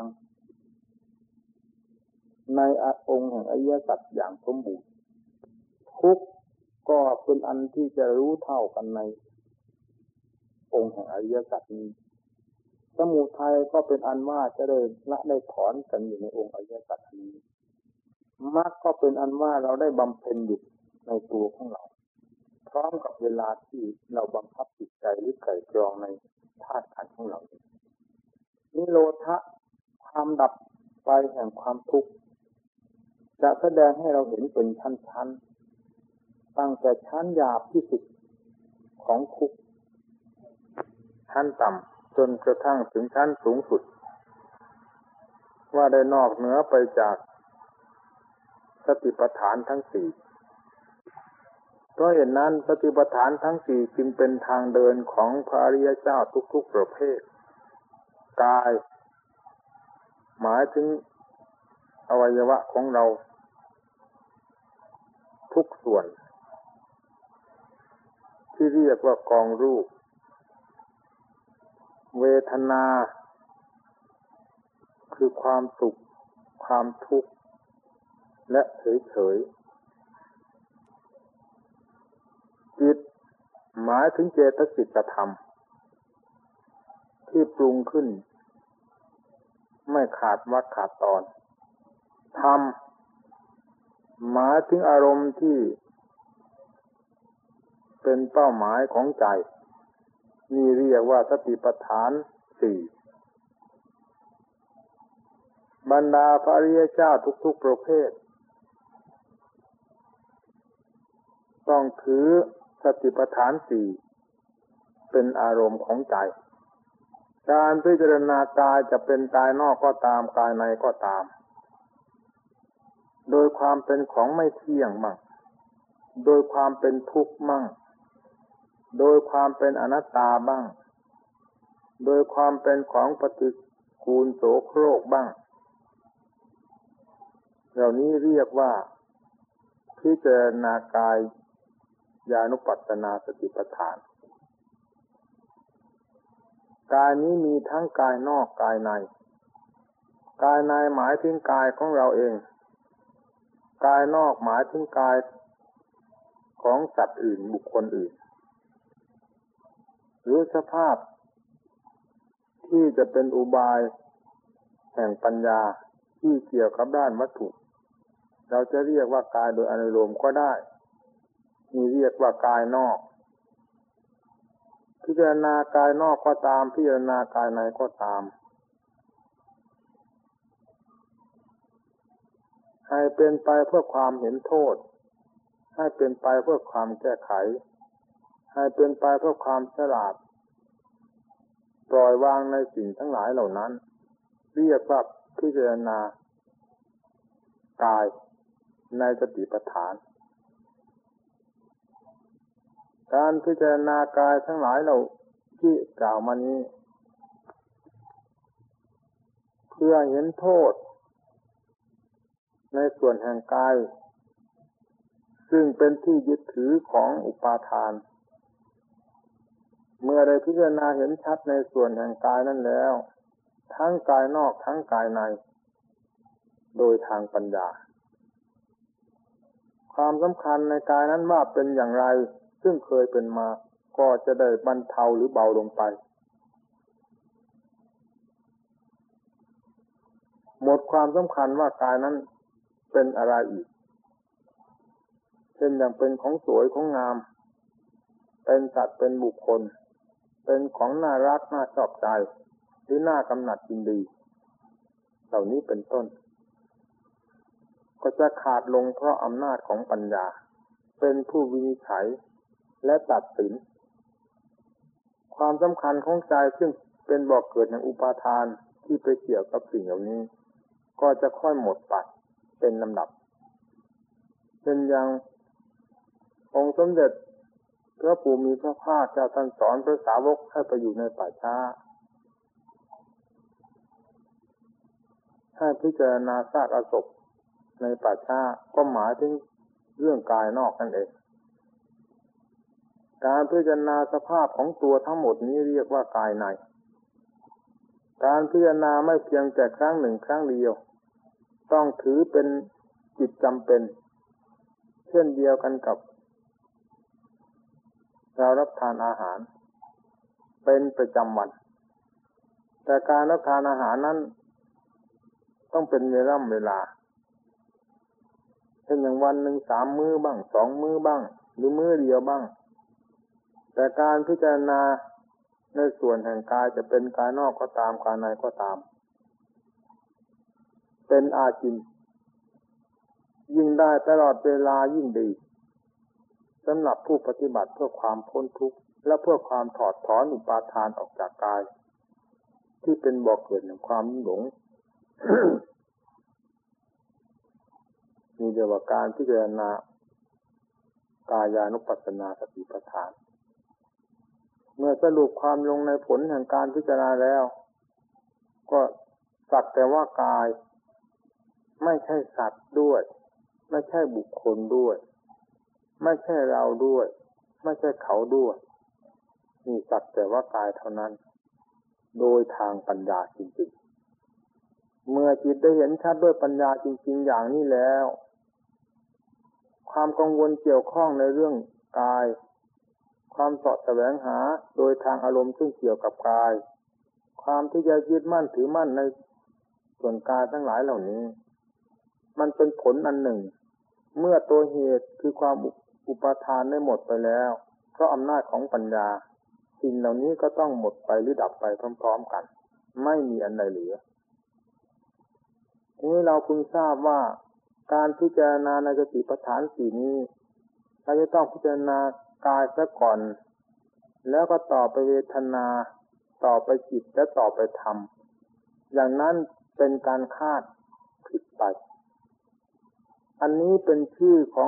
ในองค์แห่งอริยสัจอย่างสมบูรณ์ทุกข์ก็เป็นอันที่จะรู้เท่ากันในองค์แห่งอริยสัจนี้สมุทัยก็เป็นอันว่าจะได้ละได้ถอนกันอยู่ในองค์อริยสัจนี้มรรคก็เป็นอันว่าเราได้บำเพ็ญอยู่ในตัวของเราพร้อมกับเวลาที่เราบังคับจิตใจหรือไถ่กรองในธาตุขันธ์ของเรานิโรธะความดับไปแห่งความทุกข์จะแสดงให้เราเห็นเป็นชั้นๆตั้งแต่ชั้นหยาบที่สุดของทุกข์ชั้นต่ำจนกระทั่งถึงชั้นสูงสุดว่าได้นอกเหนือไปจากสติปัฏฐานทั้งสี่เพราะเหตุนั้นสติปัฏฐานทั้งสี่จึงเป็นทางเดินของพระอริยเจ้าทุกๆประเภทกายหมายถึงอวัยวะของเราทุกส่วนที่เรียกว่ากองรูปเวทนาคือความสุขความทุกข์และเฉยๆจิตหมายถึงเจตสิกธรรมที่ปรุงขึ้นไม่ขาดวรรคขาดตอนธรรมหมายถึงอารมณ์ที่เป็นเป้าหมายของใจนี่เรียกว่าสติปัฏฐานสี่บรรดาพระอริยเจ้าทุกๆประเภทต้องถือสติปัฏฐานสี่เป็นอารมณ์ของใจการพิจารณากายจะเป็นกายนอกก็ตามกายในก็ตามโดยความเป็นของไม่เที่ยงมั่งโดยความเป็นทุกข์มั่งโดยความเป็นอนัตตาบ้างโดยความเป็นของปฏิกูลโสโครกบ้างเหล่านี้เรียกว่าพิจารณากายญาณุปัสสนาสติปัฏฐานกายนี้มีทั้งกายนอกกายในกายในหมายถึงกายของเราเองกายนอกหมายถึงกายของสัตว์อื่นบุคคลอื่นหรือสภาพที่จะเป็นอุบายแห่งปัญญาที่เกี่ยวกับด้านวัตถุเราจะเรียกว่ากายโดยอนุโลมก็ได้นี่เรียกว่ากายนอกพิจารณากายนอกก็ตามพิจารณากายในก็ตามให้เป็นไปเพื่อความเห็นโทษให้เป็นไปเพื่อความแก้ไขให้เป็นไปเพื่อความฉลาดปล่อยวางในสิ่งทั้งหลายเหล่านั้นเรียกว่าพิจารณากายในสติปัฏฐานการพิจารณากายทั้งหลายเหล่าที่กล่าวมานี้เพื่อเห็นโทษในส่วนแห่งกายซึ่งเป็นที่ยึดถือของอุปาทานเมื่อได้พิจารณาเห็นชัดในส่วนแห่งกายนั้นแล้วทั้งกายนอกทั้งกายในโดยทางปัญญาความสำคัญในกายนั้นว่าเป็นอย่างไรซึ่งเคยเป็นมาก็จะได้บรรเทาหรือเบาลงไปหมดความสำคัญว่ากายนั้นเป็นอะไรอีกเช่นอย่างเป็นของสวยของงามเป็นสัตว์เป็นบุคคลเป็นของน่ารักน่าชอบใจหรือน่ากำหนัดยินดีเหล่านี้เป็นต้นก็จะขาดลงเพราะอำนาจของปัญญาเป็นผู้วินิจฉัยและตัดสินความสำคัญของใจซึ่งเป็นบ่อกเกิดแห่งอุปาทานที่ไปเกี่ยวกับสิ่งเหล่านี้ก็จะค่อยหมดไปเป็นลำดับเป็นอย่างองค์สมเด็จพระผู้มีพระภาคเจ้าท่านสอนพระสาวกให้ไปอยู่ในป่าช้าให้พิจารณาซากอศพในป่าช้าก็หมายถึงเรื่องกายนอกนั่นเองการพิจารณาสภาพของตัวทั้งหมดนี้เรียกว่ากายในการพิจารณาไม่เพียงแต่ครั้งหนึ่งครั้งเดียวต้องถือเป็นจิตจำเป็นเช่นเดียวกันกับเรารับทานอาหารเป็นประจำวันแต่การรับทานอาหารนั้นต้องเป็นเวลาเวลาเช่นอย่างวันหนึ่งสามมื้อบ้างสองมื้อบ้างหรือมื้อเดียวบ้างแต่การพิจารณาในส่วนแห่งกายจะเป็นกายนอกก็ตามกายในก็ตามเป็นอาจินยิ่งได้ตลอดเวลายิ่งดีสำหรับผู้ปฏิบัติเพื่อความพ้นทุกข์และเพื่อความถอดถอนอุปาทานออกจากกายที่เป็นบ่อเกิดแห่งความหลง มีเดียวกับการพิจารณากายานุปัสสนาสติปัฏฐานเมื่อสรุปความลงในผลแห่งการพิจารณาแล้วก็สักแต่ว่ากายไม่ใช่สัตว์ด้วยไม่ใช่บุคคลด้วยไม่ใช่เราด้วยไม่ใช่เขาด้วยนี่สักแต่ว่ากายเท่านั้นโดยทางปัญญาจริงๆเมื่อจิตได้เห็นชัดด้วยปัญญาจริงๆอย่างนี้แล้วความกังวลเกี่ยวข้องในเรื่องกายความเสาะแสวงหาโดยทางอารมณ์ซึ่งเกี่ยวกับกายความที่จะยึดมั่นถือมั่นในส่วนกายทั้งหลายเหล่านี้มันเป็นผลอันหนึ่งเมื่อตัวเหตุคือความอุปาทานได้หมดไปแล้วเพราะอำนาจของปัญญาสิ่งเหล่านี้ก็ต้องหมดไปหรือดับไปพร้อมๆกันไม่มีอันใดเหลือทีนี้เราพึงทราบว่าการพิจารณาในสติปัฏฐานสี่นี้เราจะต้องพิจารณากายซะก่อนแล้วก็ต่อไปเวทนาต่อไปจิตและต่อไปธรรมอย่างนั้นเป็นการคาดผิดไปอันนี้เป็นชื่อของ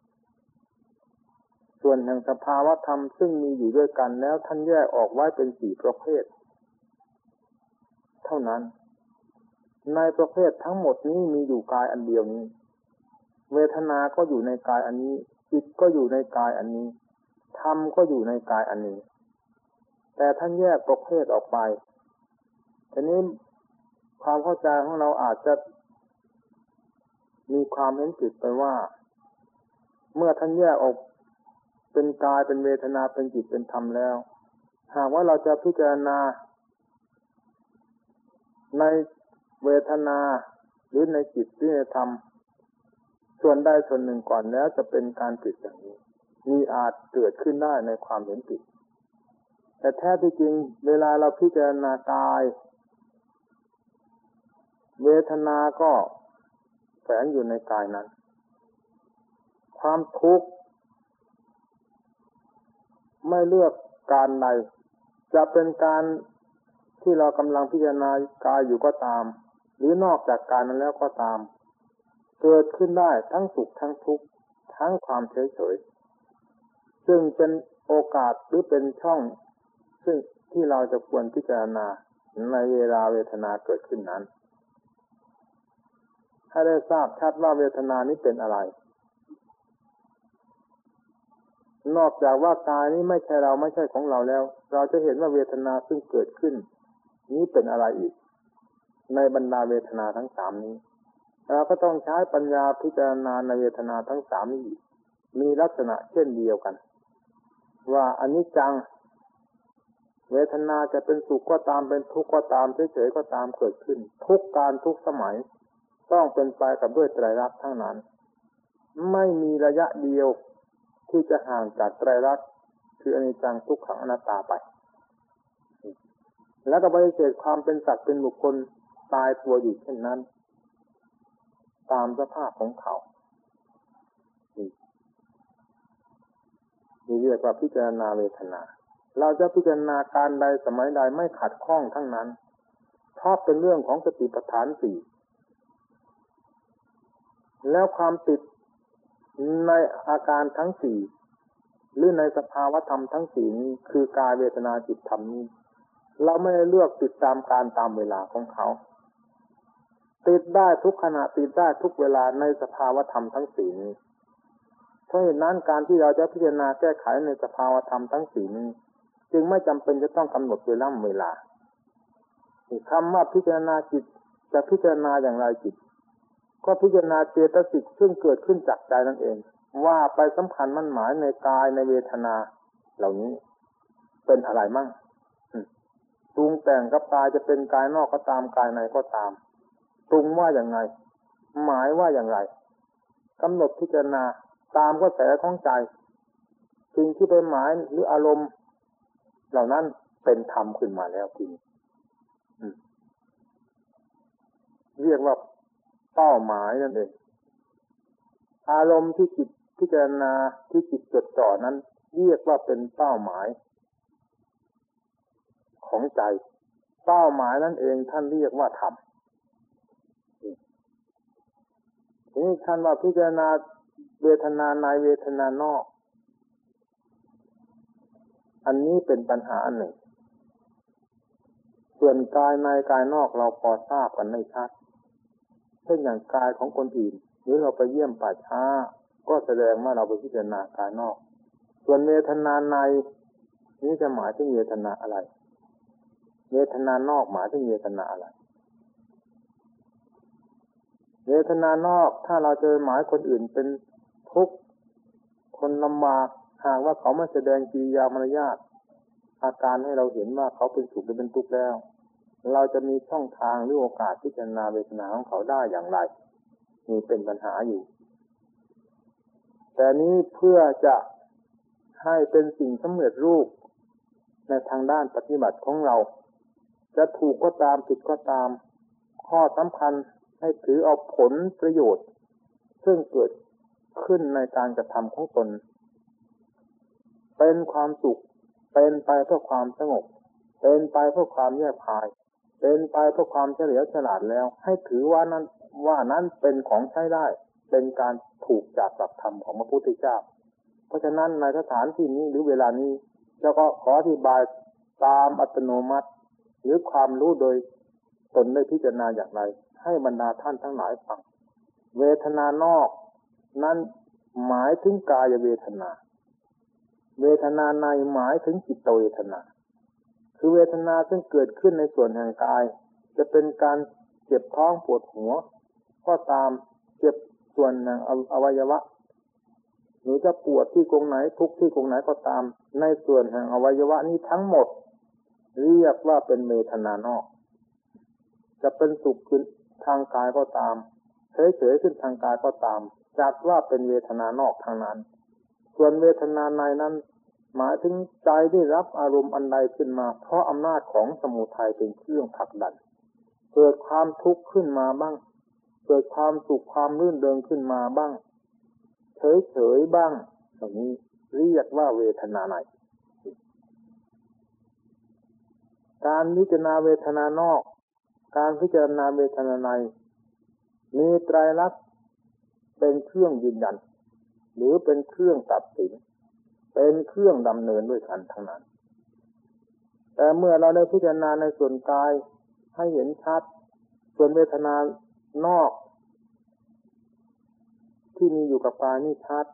ส่วนแห่งสภาวธรรมซึ่งมีอยู่ด้วยกันแล้วท่านแยกออกไว้เป็นสี่ประเภทเท่านั้นในประเภททั้งหมดนี้มีอยู่กายอันเดียวนี้เวทนาก็อยู่ในกายอันนี้จิตก็อยู่ในกายอันนี้ธรรมก็อยู่ในกายอันนี้แต่ท่านแยกประเภทออกไปทีนี้ความเข้าใจของเราอาจจะมีความเห็นผิดไปว่าเมื่อท่านแยกออกเป็นกายเป็นเวทนาเป็นจิตเป็นธรรมแล้วหากว่าเราจะพิจารณาในเวทนาหรือในจิตหรือในธรรมส่วนใดส่วนหนึ่งก่อนแล้วจะเป็นการผิดอย่างนี้มีอาจเกิดขึ้นได้ในความเห็นผิดแต่แท้ที่จริงเวลาเราพิจารณากายเวทนาก็แฝงอยู่ในกายนั้นความทุกข์ไม่เลือกการใดจะเป็นการที่เรากำลังพิจารณากายอยู่ก็ตามหรือนอกจากการนั้นแล้วก็ตามเกิดขึ้นได้ทั้งสุขทั้งทุกข์ทั้งความเฉยเฉยซึ่งเป็นโอกาสหรือเป็นช่องซึ่งที่เราจะควรพิจารณาในเวลาเวทนาเกิดขึ้นนั้นให้ได้ทราบชัดว่าเวทนานี้เป็นอะไรนอกจากว่ากายนี้ไม่ใช่เราไม่ใช่ของเราแล้วเราจะเห็นว่าเวทนาซึ่งเกิดขึ้นนี้เป็นอะไรอีกในบรรดาเวทนาทั้งสามนี้เราก็ต้องใช้ปัญญาพิจารณาในเวทนาทั้งสามนี้มีลักษณะเช่นเดียวกันว่าอนิจจังเวทนาจะเป็นสุขก็ตามเป็นทุกข์ก็ตามเฉยๆก็ตามเกิดขึ้นทุกการทุกสมัยต้องเป็นไปกับด้วยไตรลักษณ์ทั้งนั้นไม่มีระยะเดียวที่จะห่างจากไตรลักษณ์คืออนิจจังทุกขังอนัตตาไปแล้วก็ปฏิเสธความเป็นสัตว์เป็นบุคคลตายตัวอยู่เช่นนั้นตามสภาพของเขานี่เรียกว่าพิจารณาเวทนาเราจะพิจารณาการใดสมัยใดไม่ขัดข้องทั้งนั้นเพราะเป็นเรื่องของสติปัฏฐานสี่แล้วความติดในอาการทั้งสี่หรือในสภาวธรรมทั้งสี่นี้คือกายเวทนาจิตธรรมนี้เราไม่ได้เลือกติดตามการตามเวลาของเขาติดได้ทุกขณะติดได้ทุกเวลาในสภาวธรรมทั้งสี่นี้เพราะเหตุนั้นการที่เราจะพิจารณาแก้ไขในสภาวธรรมทั้งสี่นี้จึงไม่จำเป็นจะต้องกำหนดเวลาเวลาคำว่าพิจารณาจิตจะพิจารณาอย่างไรจิตก็พิจารณาเจตสิกซึ่งเกิดขึ้นจากใจนั่นเองว่าไปสัมพันธ์มั่นหมายในกายในเวทนาเหล่านี้เป็นอะไรมั่งปรุงแต่งกับกายจะเป็นกายนอกก็ตามกายในก็ตามปรุงว่าอย่างไรหมายว่าอย่างไรกำหนดพิจารณาตามกระแสของใจสิ่งที่ไปหมายหรืออารมณ์เหล่านั้นเป็นธรรมขึ้นมาแล้วจริงเรียกว่าเป้าหมายนั่นเองอารมณ์ที่จิตพิจารณาที่จิตจดจ่อนั้นเรียกว่าเป็นเป้าหมายของใจเป้าหมายนั่นเองท่านเรียกว่าธรรมนี่ท่านว่าพิจารณาเวทนาในเวทนานอกอันนี้เป็นปัญหาอันหนึ่งส่วนกายในกายนอกเราพอทราบกันไม่ชัดเช่นอย่างกายของคนอื่นหรือเราไปเยี่ยมป่าช้าก็แสดงว่าเราไปพิจารณากายนอกส่วนเวทนาในนี้จะหมายถึงเวทนาอะไรเวทนานอกหมายถึงเวทนาอะไรเวทนานอกถ้าเราจะหมายคนอื่นเป็นทุกข์คนลำบากหากว่าเขาไม่แสดงกิริยามารยาทอาการให้เราเห็นว่าเขาเป็นสุขหรือเป็นทุกข์แล้วเราจะมีช่องทางหรือโอกาสพิจารณาเวทนาของเขาได้อย่างไรนี่เป็นปัญหาอยู่แต่นี้เพื่อจะให้เป็นสิ่งสำเร็จรูปในทางด้านปฏิบัติของเราจะถูกก็ตามผิดก็ตามข้อสำคัญให้ถือเอาผลประโยชน์ซึ่งเกิดขึ้นในการกระทำของตนเป็นความสุขเป็นไปเพื่อความสงบเป็นไปเพื่อความแยบคายเป็นไปเพื่อความเฉลียวฉลาดแล้วให้ถือว่านั้นว่านั้นเป็นของใช้ได้เป็นการถูกจากหลักธรรมของพระพุทธเจ้าเพราะฉะนั้นในสถานที่นี้หรือเวลานี้เราก็ขออธิบายตามอัตโนมัติหรือความรู้โดยตนได้พิจารณาอย่างไรให้บรรดาท่านทั้งหลายฟังเวทนานอกนั้นหมายถึงกายเวทนาเวทนาในหมายถึงจิตเวทนาคือเวทนาซึ่งเกิดขึ้นในส่วนแห่งกายจะเป็นการเจ็บท้องปวดหัวก็ตามเจ็บส่วนแห่งอวัยวะหรือจะปวดที่ตรงไหนทุกที่ตรงไหนก็ตามในส่วนแห่งอวัยวะนี้ทั้งหมดเรียกว่าเป็นเวทนานอกจะเป็นสุขขึ้นทางกายก็ตามเฉยๆขึ้นทางกายก็ตามจัดว่าเป็นเวทนานอกทางนั้นส่วนเวทนาในนั้นหมายถึงใจได้รับอารมณ์อันใดขึ้นมาเพราะอำนาจของสมุทัยเป็นเครื่องผลักดันเกิดความทุกข์ขึ้นมาบ้างเกิดความสุขความรื่นเริงขึ้นมาบ้างเฉยๆบ้างอย่างนี้เรียกว่าเวทนาในการพิจารณาเวทนานอกการพิจารณาเวทนาในมีไตรลักษณ์เป็นเครื่องยืนยันหรือเป็นเครื่องตัดสินเป็นเครื่องดำเนินด้วยกันทั้งนั้นแต่เมื่อเราได้พิจารณาในส่วนกายให้เห็นชัดส่วนเวทนานอกที่มีอยู่กับกายนี่ชัด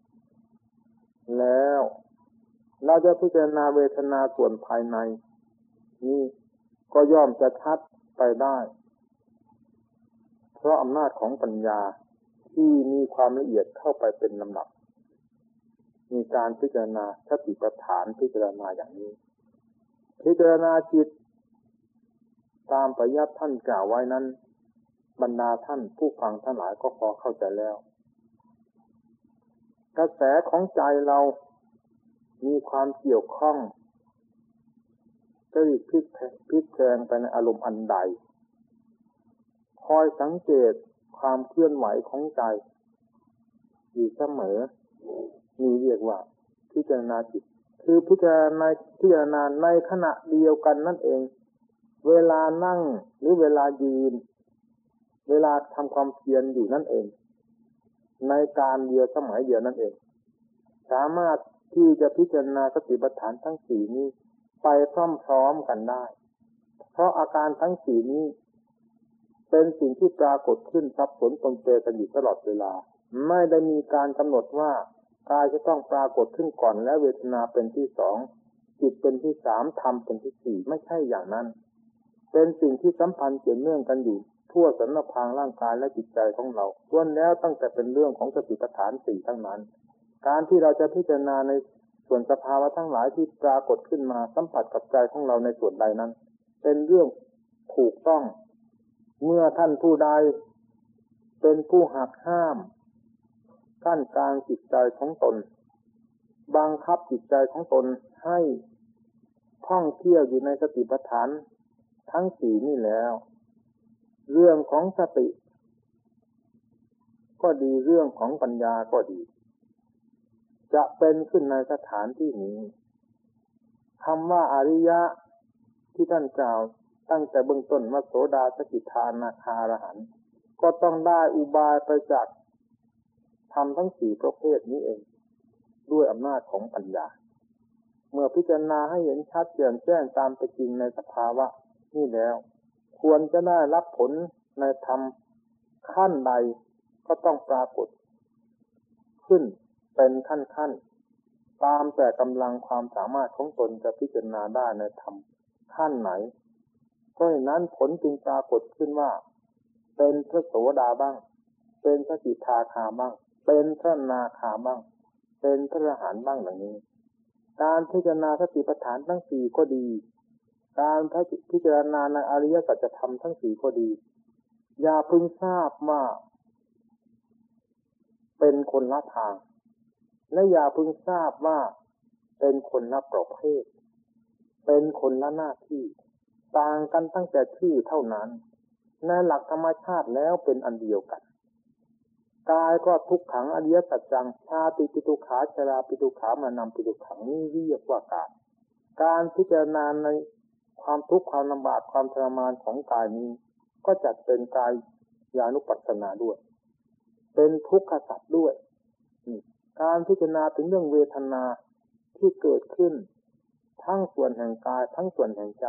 แล้วเราจะพิจารณาเวทนาส่วนภายในนี่ก็ย่อมจะชัดไปได้เพราะอำนาจของปัญญาที่มีความละเอียดเข้าไปเป็นลำดับมีการพิจารณาสติปัฏฐานพิจารณาอย่างนี้พิจารณาจิตตามปริยัติท่านกล่าวไว้นั้นบรรดาท่านผู้ฟังทั้งหลายก็พอเข้าใจแล้วกระแสของใจเรามีความเกี่ยวข้องจะรีบพลิกพลิกแปลงไปในอารมณ์อันใดคอยสังเกตความเคลื่อนไหวของใจอยู่เสมอนี่เรียกว่าพิจารณาจิตคือพิจารณาพิจารณาในขณะเดียวกันนั่นเองเวลานั่งหรือเวลายืนเวลาทำความเพียรอยู่นั่นเองในการเดียวสมัยเดียวนั่นเองสามารถที่จะพิจารณาสติปัฏฐานทั้งสี่นี้ไปพร้อมๆกันได้เพราะอาการทั้งสี่นี้เป็นสิ่งที่ปรากฏขึ้นสับสนปนเปกันอยู่ตลอดเวลาไม่ได้มีการกำหนดว่ากายจะต้องปรากฏขึ้นก่อนและเวทนาเป็นที่สองจิตเป็นที่สามธรรมเป็นที่สี่ไม่ใช่อย่างนั้นเป็นสิ่งที่สัมพันธ์เกี่ยวเนื่องกันอยู่ทั่วสรรพางร่างกายและจิตใจของเราล้วนแล้วตั้งแต่เป็นเรื่องของสติปัฏฐานสี่ทั้งนั้นการที่เราจะพิจารณาในส่วนสภาวะทั้งหลายที่ปรากฏขึ้นมาสัมผัสกับใจของเราในส่วนใดนั้นเป็นเรื่องถูกต้องเมื่อท่านผู้ใดเป็นผู้หักห้ามกั้นกลางจิตใจของตนบังคับจิตใจของตนให้ท่องเที่ยวอยู่ในสติปัฏฐานทั้งสี่นี่แล้วเรื่องของสติก็ดีเรื่องของปัญญาก็ดีจะเป็นขึ้นในสถานที่นี้คำว่าอริยะที่ท่านกล่าวตั้งแต่เบื้องต้นว่าโสดาสกิทานาคาอรหันต์ก็ต้องได้อุบายไปจากธรรมทั้งสี่ประเภทนี้เองด้วยอำนาจของปัญญาเมื่อพิจารณาให้เห็นชัดแจ่มแจ้งตามเป็นจริงในสภาวะนี่แล้วควรจะได้รับผลในธรรมขั้นใดก็ต้องปรากฏขึ้นเป็นขั้นๆตามแต่กำลังความสามารถของตนจะพิจารณาได้ในธรรมขั้นไหนเพราะฉะนั้นผลจึงปรากฏขึ้นว่าเป็นพระโสดาบ้างเป็นพระกิทาคาบ้างเป็นพระนาคาบ้างเป็นพระอรหันต์บ้างอย่างนี้การพิจารณาสติปัฏฐานทั้งสี่ก็ดีการพิจารณาในอริยสัจธรรมทั้งสี่ก็ดีอย่าพึงทราบว่าเป็นคนละทางและอย่าพึงทราบว่าเป็นคนละประเภทเป็นคนละหน้าที่ต่างกันตั้งแต่ชื่อเท่านั้นในหลักธรรมชาติแล้วเป็นอันเดียวกันกายก็ทุกขังอริยสัจจังชาติปิทุกขาชราปิทุกขามานำปิทุกขังนี้เรียกว่ากายการพิจารณาในความทุกข์ความลำบากความทรมานของกายนี้ก็จัดเป็นกายญาณุปัสสนาด้วยเป็นทุกขสัจด้วยการพิจารณาถึงเรื่องเวทนาที่เกิดขึ้นทั้งส่วนแห่งกายทั้งส่วนแห่งใจ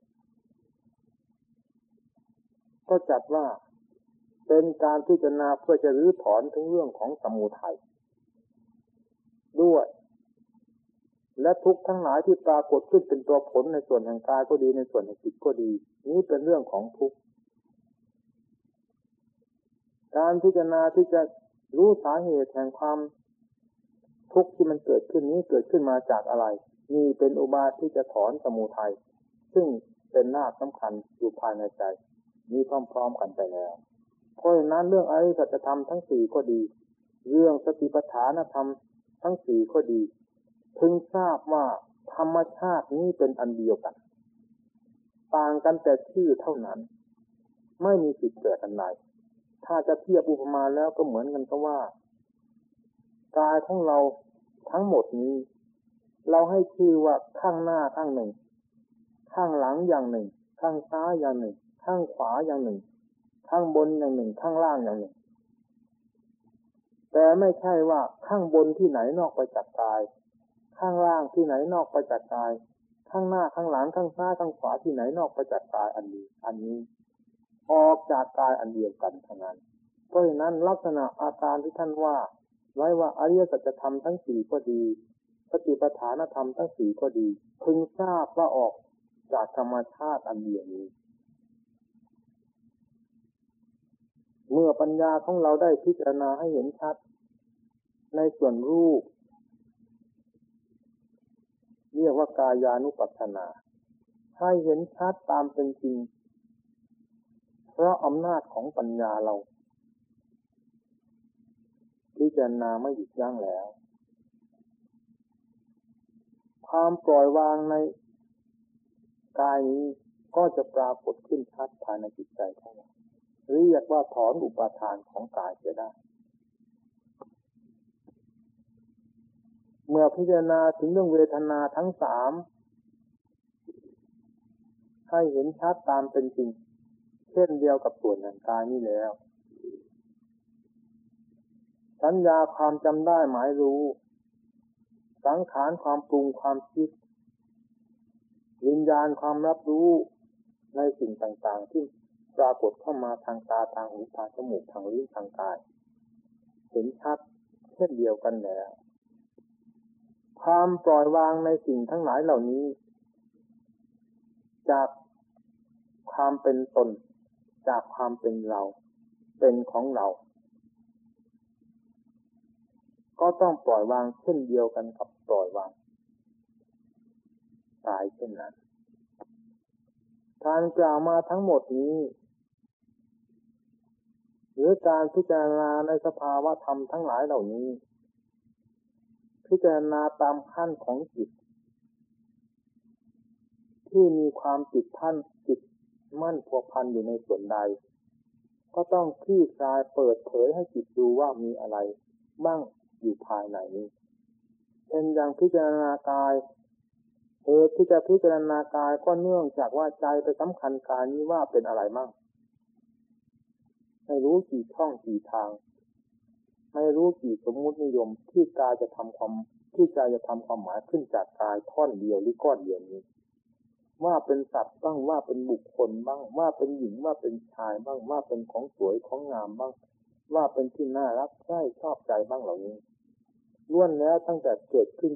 ก็จัดว่าเป็นการพิจารณาเพื่อจะรื้อถอนถึงเรื่องของสมุทัยด้วยและทุกข์ทั้งหลายที่ปรากฏขึ้นเป็นตัวผลในส่วนแห่งกายก็ดีในส่วนแห่งจิตก็ดีนี้เป็นเรื่องของทุกข์การพิจารณาที่จะรู้สาเหตุแห่งความทุกข์ที่มันเกิดขึ้นนี้เกิดขึ้นมาจากอะไรนี่เป็นอุบายที่จะถอนสมุทัยซึ่งเป็นหน้าสำคัญอยู่ภายในใจนี้พร้อมๆกันไปแล้วเพราะฉะนั้นเรื่องอริยสัจธรรมทั้งสี่ก็ดีเรื่องสติปัฏฐานธรรมทั้งสี่ก็ดีพึงทราบว่าธรรมชาตินี้เป็นอันเดียวกันต่างกันแต่ชื่อเท่านั้นไม่มีผิดแปลกกันใดถ้าจะเทียบอุปมาแล้วก็เหมือนกันกับว่ากายของเราทั้งหมดนี้เราให้ชื่อว่าข้างหน้าข้างหนึ่งข้างหลังอย่างหนึ่งข้างซ้ายอย่างหนึ่งข้างขวาอย่างหนึ่งข้างบนอย่างหนึ่งข้างล่างอย่างหนึ่งแต่ไม่ใช่ว่าข้างบนที่ไหนนอกไปจากกายข้างล่างที่ไหนนอกไปจากกายข้างหน้าข้างหลังข้างซ้ายข้างขวาที่ไหนนอกไปจากกายอันนี้อันนี้ออกจากกายอันเดียวกันเท่านั้นเพราะฉะนั้นลักษณะอาการที่ท่านว่าไว้ว่าอริยสัจธรรมทั้งสี่ก็ดีสติปัฏฐานธรรมทั้งสี่ก็ดีพึงทราบว่าออกจากธรรมชาติอันเดียวนี้เมื่อปัญญาของเราได้พิจารณาให้เห็นชัดในส่วนรูปเรียกว่ากายานุปัสสนาให้เห็นชัดตามเป็นจริงเพราะอำนาจของปัญญาเราพิจารณาไม่หยุดยั้งแล้วความปล่อยวางในกายนี้ก็จะปรากฏขึ้นชัดภายในจิตใจของเราเรียกว่าถอนอุปาทานของกายเสียได้เมื่อพิจารณาถึงเรื่องเวทนาทั้งสามให้เห็นชัดตามเป็นจริงเช่นเดียวกับส่วนแห่งกายนี้แล้วสัญญาความจำได้หมายรู้สังขารความปรุงความคิดวิญญาณความรับรู้ในสิ่งต่างๆที่ปรากฏเข้ามาทางตาทางหูทางจมูกทางลิ้นทางกายเห็นชัดเช่นเดียวกันแล้วความปล่อยวางในสิ่งทั้งหลายเหล่านี้จากความเป็นตนจากความเป็นเราเป็นของเราก็ต้องปล่อยวางเช่นเดียวกันกับปล่อยวางตายเช่นนั้นการกล่าวมาทั้งหมดนี้หรือการพิจารณาในสภาวะธรรมทั้งหลายเหล่านี้พิจารณาตามขั้นของจิตที่มีความติดพันจิตมั่นพัวพันอยู่ในส่วนใดก็ต้องคลี่คลายเปิดเผยให้จิตดูว่ามีอะไรบ้างอยู่ภายในนี้เป็นอย่างพิจารณากายเหตุที่จะพิจารณากายก็เนื่องจากว่าใจไปสำคัญกายนี้ว่าเป็นอะไรมั่งไม่รู้กี่ช่องกี่ทางไม่รู้กี่สมมุตินิยมที่กายจะทำความที่ใจจะทำความหมายขึ้นจากกายท่อนเดียวหรือก้อนเดียวนี้ว่าเป็นสัตว์บ้างว่าเป็นบุคคลบ้างว่าเป็นหญิงว่าเป็นชายบ้างว่าเป็นของสวยของงามบ้างว่าเป็นที่น่ารักใคร่ชอบใจบ้างเหล่านี้ล้วนแล้วตั้งแต่เกิดขึ้น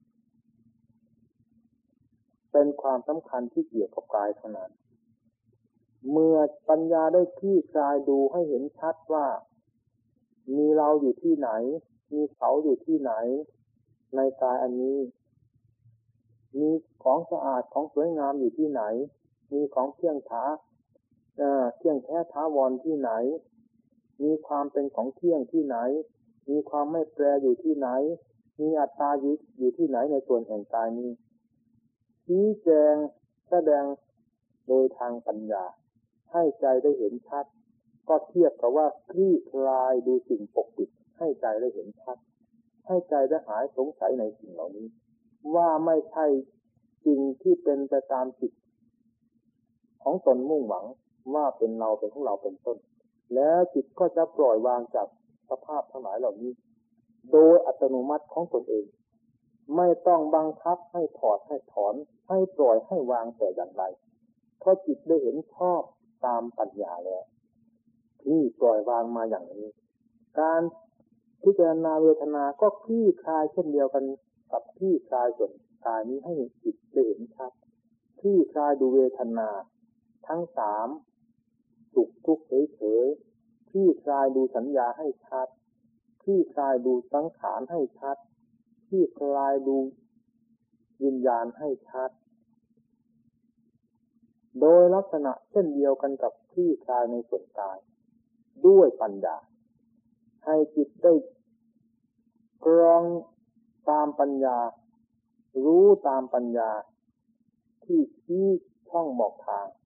เป็นความสำคัญที่เกี่ยวกับกายเท่านั้นเมื่อปัญญาได้คลี่คลายดูให้เห็นชัดว่ามีเราอยู่ที่ไหนมีเขาอยู่ที่ไหนในกายอันนี้มีของสะอาดของสวยงามอยู่ที่ไหนมีของเที่ยงท้าเอ่อเที่ยงแท้ท้าวรที่ไหนมีความเป็นของเที่ยงที่ไหนมีความไม่แปรอยู่ที่ไหนมีอัตตาอยู่อยู่ที่ไหนในส่วนแห่งกายนี้ชี้แจงแสดงโดยทางปัญญาให้ใจได้เห็นชัดก็เทียบกับว่าคลี่คลายดูสิ่งปกปิดให้ใจได้เห็นชัดให้ใจได้หายสงสัยในสิ่งเหล่านี้ว่าไม่ใช่สิ่งที่เป็นไปตามจิตของตนมุ่งหวังว่าเป็นเราเป็นของเราเป็นต้นแล้วจิตก็จะปล่อยวางจากสภาพทั้งหลายเหล่านี้โดยอัตโนมัติของตนเองไม่ต้องบังคับให้ถอดให้ถอนให้ปล่อยให้วางแต่อย่างใดเพราะจิตได้เห็นชอบตามปัญญาแล้วที่ปล่อยวางมาอย่างนี้การพิจารณาเวทนาก็คลี่คลายเช่นเดียวกันกับคลี่คลายส่วนกายนี้ให้จิตได้เห็นชัดคลี่คลายดูเวทนาทั้งสามสุขทุกข์เฉยๆคลี่คลายดูสัญญาให้ชัดคลี่คลายดูสังขารให้ชัดคลี่คลายดูวิญญาณให้ชัดโดยลักษณะเช่นเดียวกันกับคลี่คลายในส่วนกายด้วยปัญญาให้จิตได้กรองตามปัญญารู้ตามปัญญาที่ชี้ช่องบอกทาง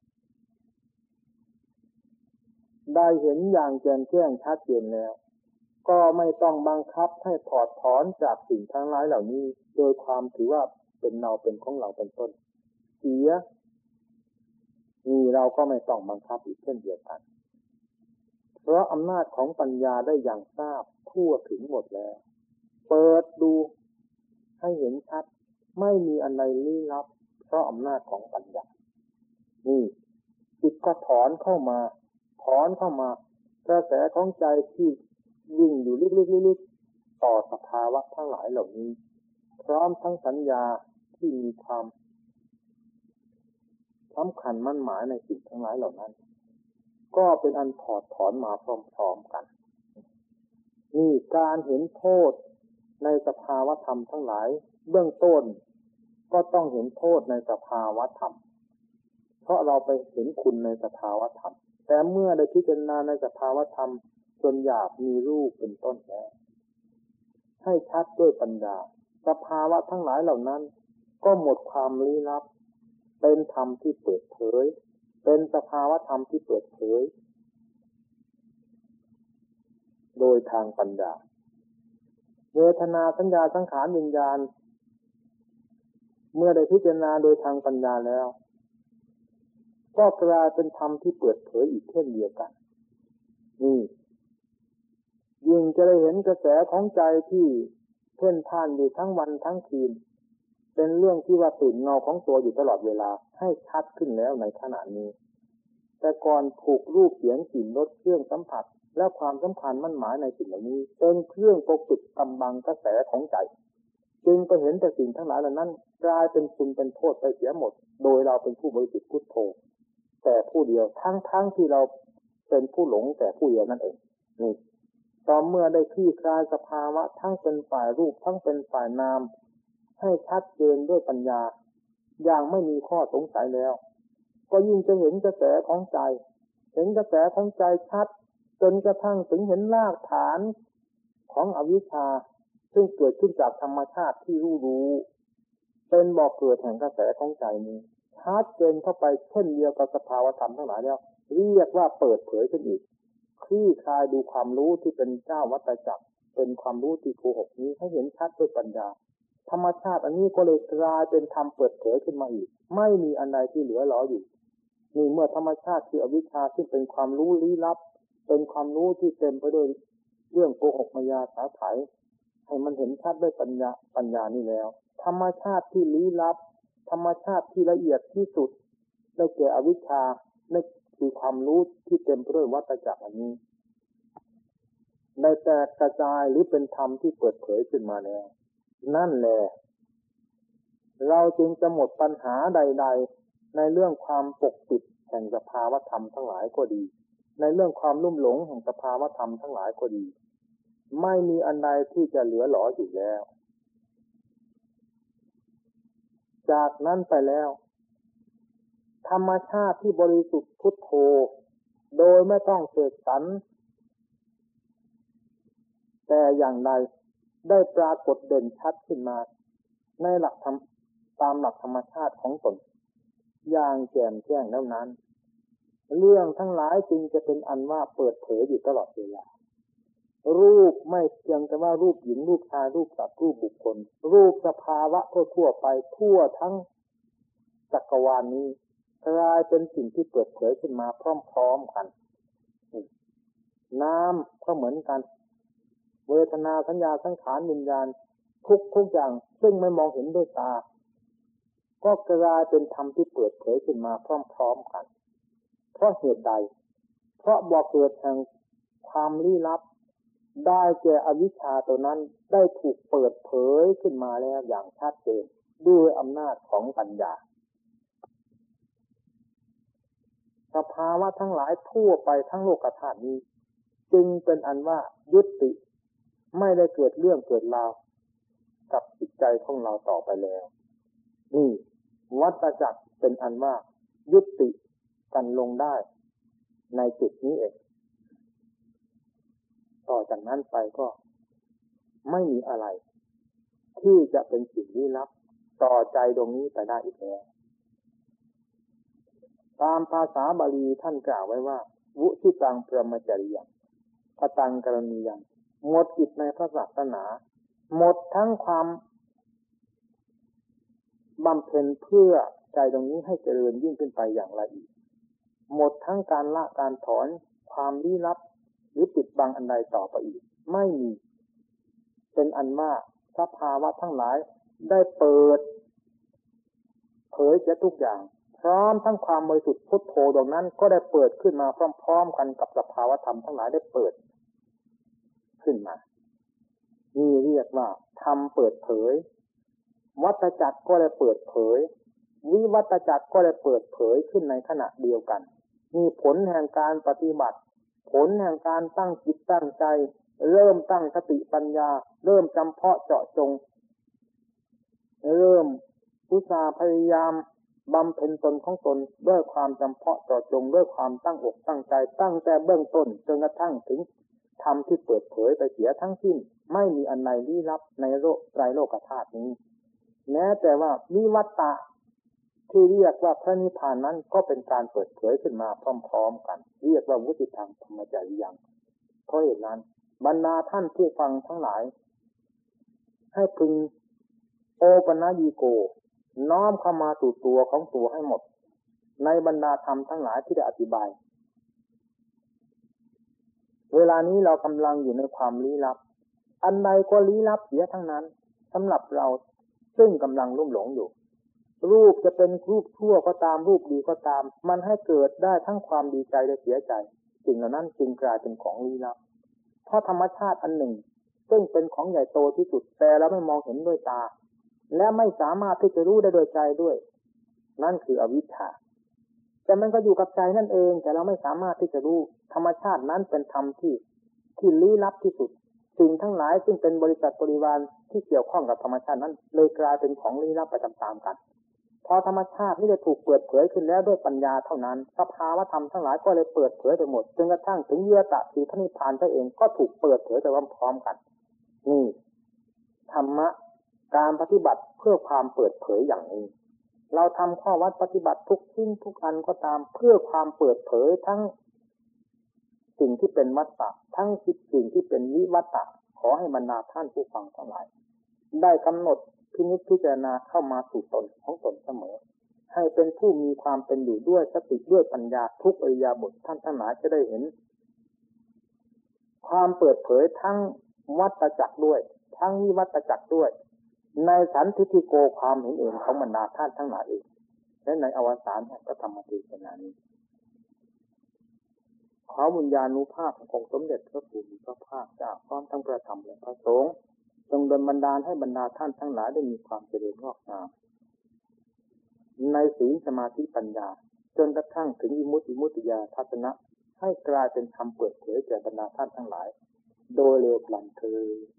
ได้เห็นอย่างแจ่มแจ้งชัดเจนแล้วก็ไม่ต้องบังคับให้ถอดถอนจากสิ่งทั้งหลายเหล่านี้โดยความถือว่าเป็นเราเป็นของเราเป็นต้นเสียนี่เราก็ไม่ต้องบังคับอีกเช่นเดียวกันเพราะอำนาจของปัญญาได้อย่างทราบทั่วถึงหมดแล้วเปิดดูให้เห็นชัดไม่มีอะไรลี้ลับเพราะอำนาจของปัญญานี่จิตก็ถอนเข้ามาถอนเข้ามากระแสของใจที่วิ่งอยู่ลึกๆๆต่อสภาวะทั้งหลายเหล่านี้พร้อมทั้งสัญญาที่มีความสำคัญมั่นหมายในสิ่งทั้งหลายเหล่านั้นก็เป็นอันถอดถอนมาพร้อมๆกันนี่การเห็นโทษในสภาวะธรรมทั้งหลายเบื้องต้นก็ต้องเห็นโทษในสภาวะธรรมเพราะเราไปเห็นคุณในสภาวะธรรมแต่เมื่อได้พิจารณาในสภาวะธรรมจนหยาบมีรูปเป็นต้นแล้วให้ชัดด้วยปัญญาสภาวะทั้งหลายเหล่านั้นก็หมดความลี้ลับเป็นธรรมที่เปิดเผยเป็นสภาวะธรรมที่เปิดเผยโดยทางปัญญาเวทนาสัญญาสังขารวิญญาณเมื่อได้พิจารณาโดยทางปัญญาแล้วก็กลายเป็นธรรมที่เปิดเผยอีกเช่นเดียวกันนี่ยิ่งจะได้เห็นกระแสของใจที่เพ่นพ่านอยู่ทั้งวันทั้งคืนเป็นเรื่องที่ว่าตื่นเงาของตัวอยู่ตลอดเวลาให้ชัดขึ้นแล้วในขณะนี้แต่ก่อนถูกรูปเสียงกลิ่นรสเครื่องสัมผัสและความสำคัญมั่นหมายในสิ่งเหล่านี้เป็นเครื่องปกปิดกำบังกระแสของใจจึงไปเห็นแต่สิ่งทั้งหลายเหล่านั้นกลายเป็นคุณเป็นโทษไปเสียหมดโดยเราเป็นผู้บริสุทธิ์พุทโธแต่ผู้เดียวทั้งๆ ท, ที่เราเป็นผู้หลงแต่ผู้เดียวนั่นเองนี่ต่อเมื่อได้คลี่คลายสภาวะทั้งเป็นฝ่ายรูปทั้งเป็นฝ่ายนามให้ชัดเจนด้วยปัญญาอย่างไม่มีข้อสงสัยแล้วก็ยิ่งจะเห็นกระแสของใจเห็นกระแสของใจชัดจนกระทั่งถึงเห็นรากฐานของอวิชชาซึ่งเกิดขึ้นจากธรรมชาติที่รู้รู้เป็นบ่อกเกิดแห่งกระแสของใจนี้ชัดเจนเข้าไปเช่นเดียวกับสภาวธรรมทั้งหลายแล้วเรียกว่าเปิดเผยขึ้นอีกคลี่คลายดูความรู้ที่เป็นเจ้าวัฏจักรเป็นความรู้ที่โกหกนี้ให้เห็นชัดด้วยปัญญาธรรมชาติอันนี้ก็เลยกลายเป็นธรรมเปิดเผยขึ้นมาอีกไม่มีอันใดที่เหลือหลออยู่นี่เมื่อธรรมชาติคืออวิชชาซึ่งเป็นความรู้ลี้ลับเป็นความรู้ที่เต็มไปด้วยเรื่องโกหกมายาสาไถให้มันเห็นชัดด้วยปัญญาปัญญานี่แล้วธรรมชาติที่ลี้ลับธรรมชาติที่ละเอียดที่สุดได้แก่อวิชชานั่นคือความรู้ที่เต็มไปด้วยวัฏจักรอันนี้ได้แตกกระจายหรือเป็นธรรมที่เปิดเผยขึ้นมาแล้วนั่นแหละเราจึงจะหมดปัญหาใดๆในเรื่องความปกปิดแห่งสภาวธรรมทั้งหลายก็ดีในเรื่องความลุ่มหลงแห่งสภาวธรรมทั้งหลายก็ดีไม่มีอันใดที่จะเหลือหลออยู่แล้วจากนั้นไปแล้วธรรมชาติที่บริสุทธิ์พุทโธโดยไม่ต้องเสกสรรแต่อย่างใดได้ปรากฏเด่นชัดขึ้นมาในหลักธรรมตามหลักธรรมชาติของตนอย่างแจ่มแจ้งแล้วนั้นเรื่องทั้งหลายจึงจะเป็นอันว่าเปิดเผยอยู่ตลอดเวลารูปไม่เพียงแต่ว่ารูปหญิงรูปชายรูปสัตว์รูปบุคคลรูปสภาวะทั่วๆไปทั่วทั้งจักรวาลนี้กลายเป็นสิ่งที่เปิดเผยขึ้นมาพร้อมๆกันน้ำก็เหมือนกันเวทนาสัญญาสังขารวิญญาณทุกทุกอย่างซึ่งไม่มองเห็นด้วยตาก็กลายเป็นธรรมที่เปิดเผยขึ้นมาพร้อมๆกันเพราะเหตุใดเพราะบ่อเกิดแห่งความลี้ลับได้แก่อวิชชาตัวนั้นได้ถูกเปิดเผยขึ้นมาแล้วอย่างชัดเจนด้วยอำนาจของปัญญาสภาวะทั้งหลายทั่วไปทั้งโลกธาตุนี้จึงเป็นอันว่ายุติไม่ได้เกิดเรื่องเกิดราวกับจิตใจของเราต่อไปแล้วนี่วัฏจักรเป็นอันว่ายุติกันลงได้ในจุดนี้เองต่อจากนั้นไปก็ไม่มีอะไรที่จะเป็นสิ่งลี้ลับต่อใจดวงนี้ไปได้อีกแล้วตามภาษาบาลีท่านกล่าวไว้ว่าวุฒิตังปรมจริยังปตังกรณียังหมดกิจในพระศาสนาหมดทั้งความบำเพ็ญเพื่อใจตรงนี้ให้เจริญยิ่งขึ้นไปอย่างละเอียดหมดทั้งการละการถอนความลี้ลับหรือปิดบังอันใดต่อไปอีกไม่มีเป็นอันว่าสภาวะทั้งหลายได้เปิดเผยเสียทุกอย่างพร้อมทั้งความบริสุทธิ์พุทโธดวงนั้นก็ได้เปิดขึ้นมาพร้อมๆกันกับสภาวะธรรมทั้งหลายได้เปิดขึ้นมานี่เรียกว่าธรรมเปิดเผยวัฏจักรก็ได้เปิดเผยวิวัฏจักรก็ได้เปิดเผยขึ้นในขณะเดียวกันมีผลแห่งการปฏิบัติผลแห่งการตั้งจิตตั้งใจเริ่มตั้งสติปัญญาเริ่มจำเพาะเจาะจงเริ่มอุตสาห์พยายามบำเพ็ญตนของตนด้วยความจำเพาะเจาะจงด้วยความตั้งอกตั้งใจตั้งแต่เบื้องต้นจนกระทั่งถึงธรรมที่เปิดเผยไปเสียทั้งสิ้นไม่มีอันใดลี้ลับในโลกไตรโลกธาตุนี้แม้แต่ว่าวิวัตตะที่เรียกว่าพระนิพพานนั้นก็เป็นการเปิดเผยขึ้นมาพร้อมๆกันเรียกว่าวุฒิธรรมธรรมจริยังเพราะเหตุนั้นบรรดาท่านผู้ฟังทั้งหลายให้พึงโอปนญิโกน้อมเข้ามาสู่ตัวของตัวให้หมดในบรรดาธรรมทั้งหลายที่ได้อธิบายเวลานี้เรากำลังอยู่ในความลี้ลับอันใดก็ลี้ลับเสียทั้งนั้นสำหรับเราซึ่งกำลังลุ่มหลงอยู่รูปจะเป็นรูปชั่วก็ตามรูปดีก็ตามมันให้เกิดได้ทั้งความดีใจและเสียใจสิ่งเหล่านั้นจึงกลายเป็นของลี้ลับเพราะธรรมชาติอันหนึ่งซึ่งเป็นของใหญ่โตที่สุดแต่เราไม่มองเห็นด้วยตาและไม่สามารถที่จะรู้ได้โดยใจด้วยนั่นคืออวิชชาแต่มันก็อยู่กับใจนั่นเองแต่เราไม่สามารถที่จะรู้ธรรมชาตินั้นเป็นธรรมที่ที่ลี้ลับที่สุดสิ่งทั้งหลายซึ่งเป็นบริษัทบริวารที่เกี่ยวข้องกับธรรมชาตินั้นเลยกลายเป็นของลี้ลับไปตามๆกันพอธรรมชาตินี่ได้ถูกเปิดเผยขึ้นแล้วด้วยปัญญาเท่านั้นสภาวะธรรมทั้งหลายก็เลยเปิดเผยไปหมดจนกระทั่งถึงเยื่อตะคือพระนิพพานเองก็ถูกเปิดเผยไปพร้อมๆกันนี่ธรรมะการปฏิบัติเพื่อความเปิดเผยอย่างนี้เราทำข้อวัดปฏิบัติทุกชิ้นทุกอันก็ตามเพื่อความเปิดเผยทั้งสิ่งที่เป็นวัฏฏะทั้งสิ่งที่เป็นวิวัฏฏะขอให้บรรดาท่านผู้ฟังทั้งหลายได้กำหนดพินิจพิจารณาเข้ามาสู่ตนของตนเสมอให้เป็นผู้มีความเป็นอยู่ด้วยสติด้วยปัญญาทุกอิริยาบถท่านทั้งหลายจะได้เห็นความเปิดเผยทั้งวัฏจักรด้วยทั้งวิวัฏจักรด้วยในสันทิฏฐิโกความเห็นเองของบรรดาท่านทั้งหลายเองและในอวสานแห่งพระธรรมเทศนานี้ขอบุญญาณุภาพขององค์สมเด็จพระผู้มีพระภาคเจ้าพร้อมทั้งพระธรรมและพระสงฆ์จงดลบันดาลให้บรรดาท่านทั้งหลายได้มีความเจริญงอกงามในศีลสมาธิปัญญาจนกระทั่งถึงวิมุตติวิมุตติญาณทัศนะให้กลายเป็นธรรมเปิดเผยแก่บรรดาท่านทั้งหลายโดยเร็วพลันเทอญ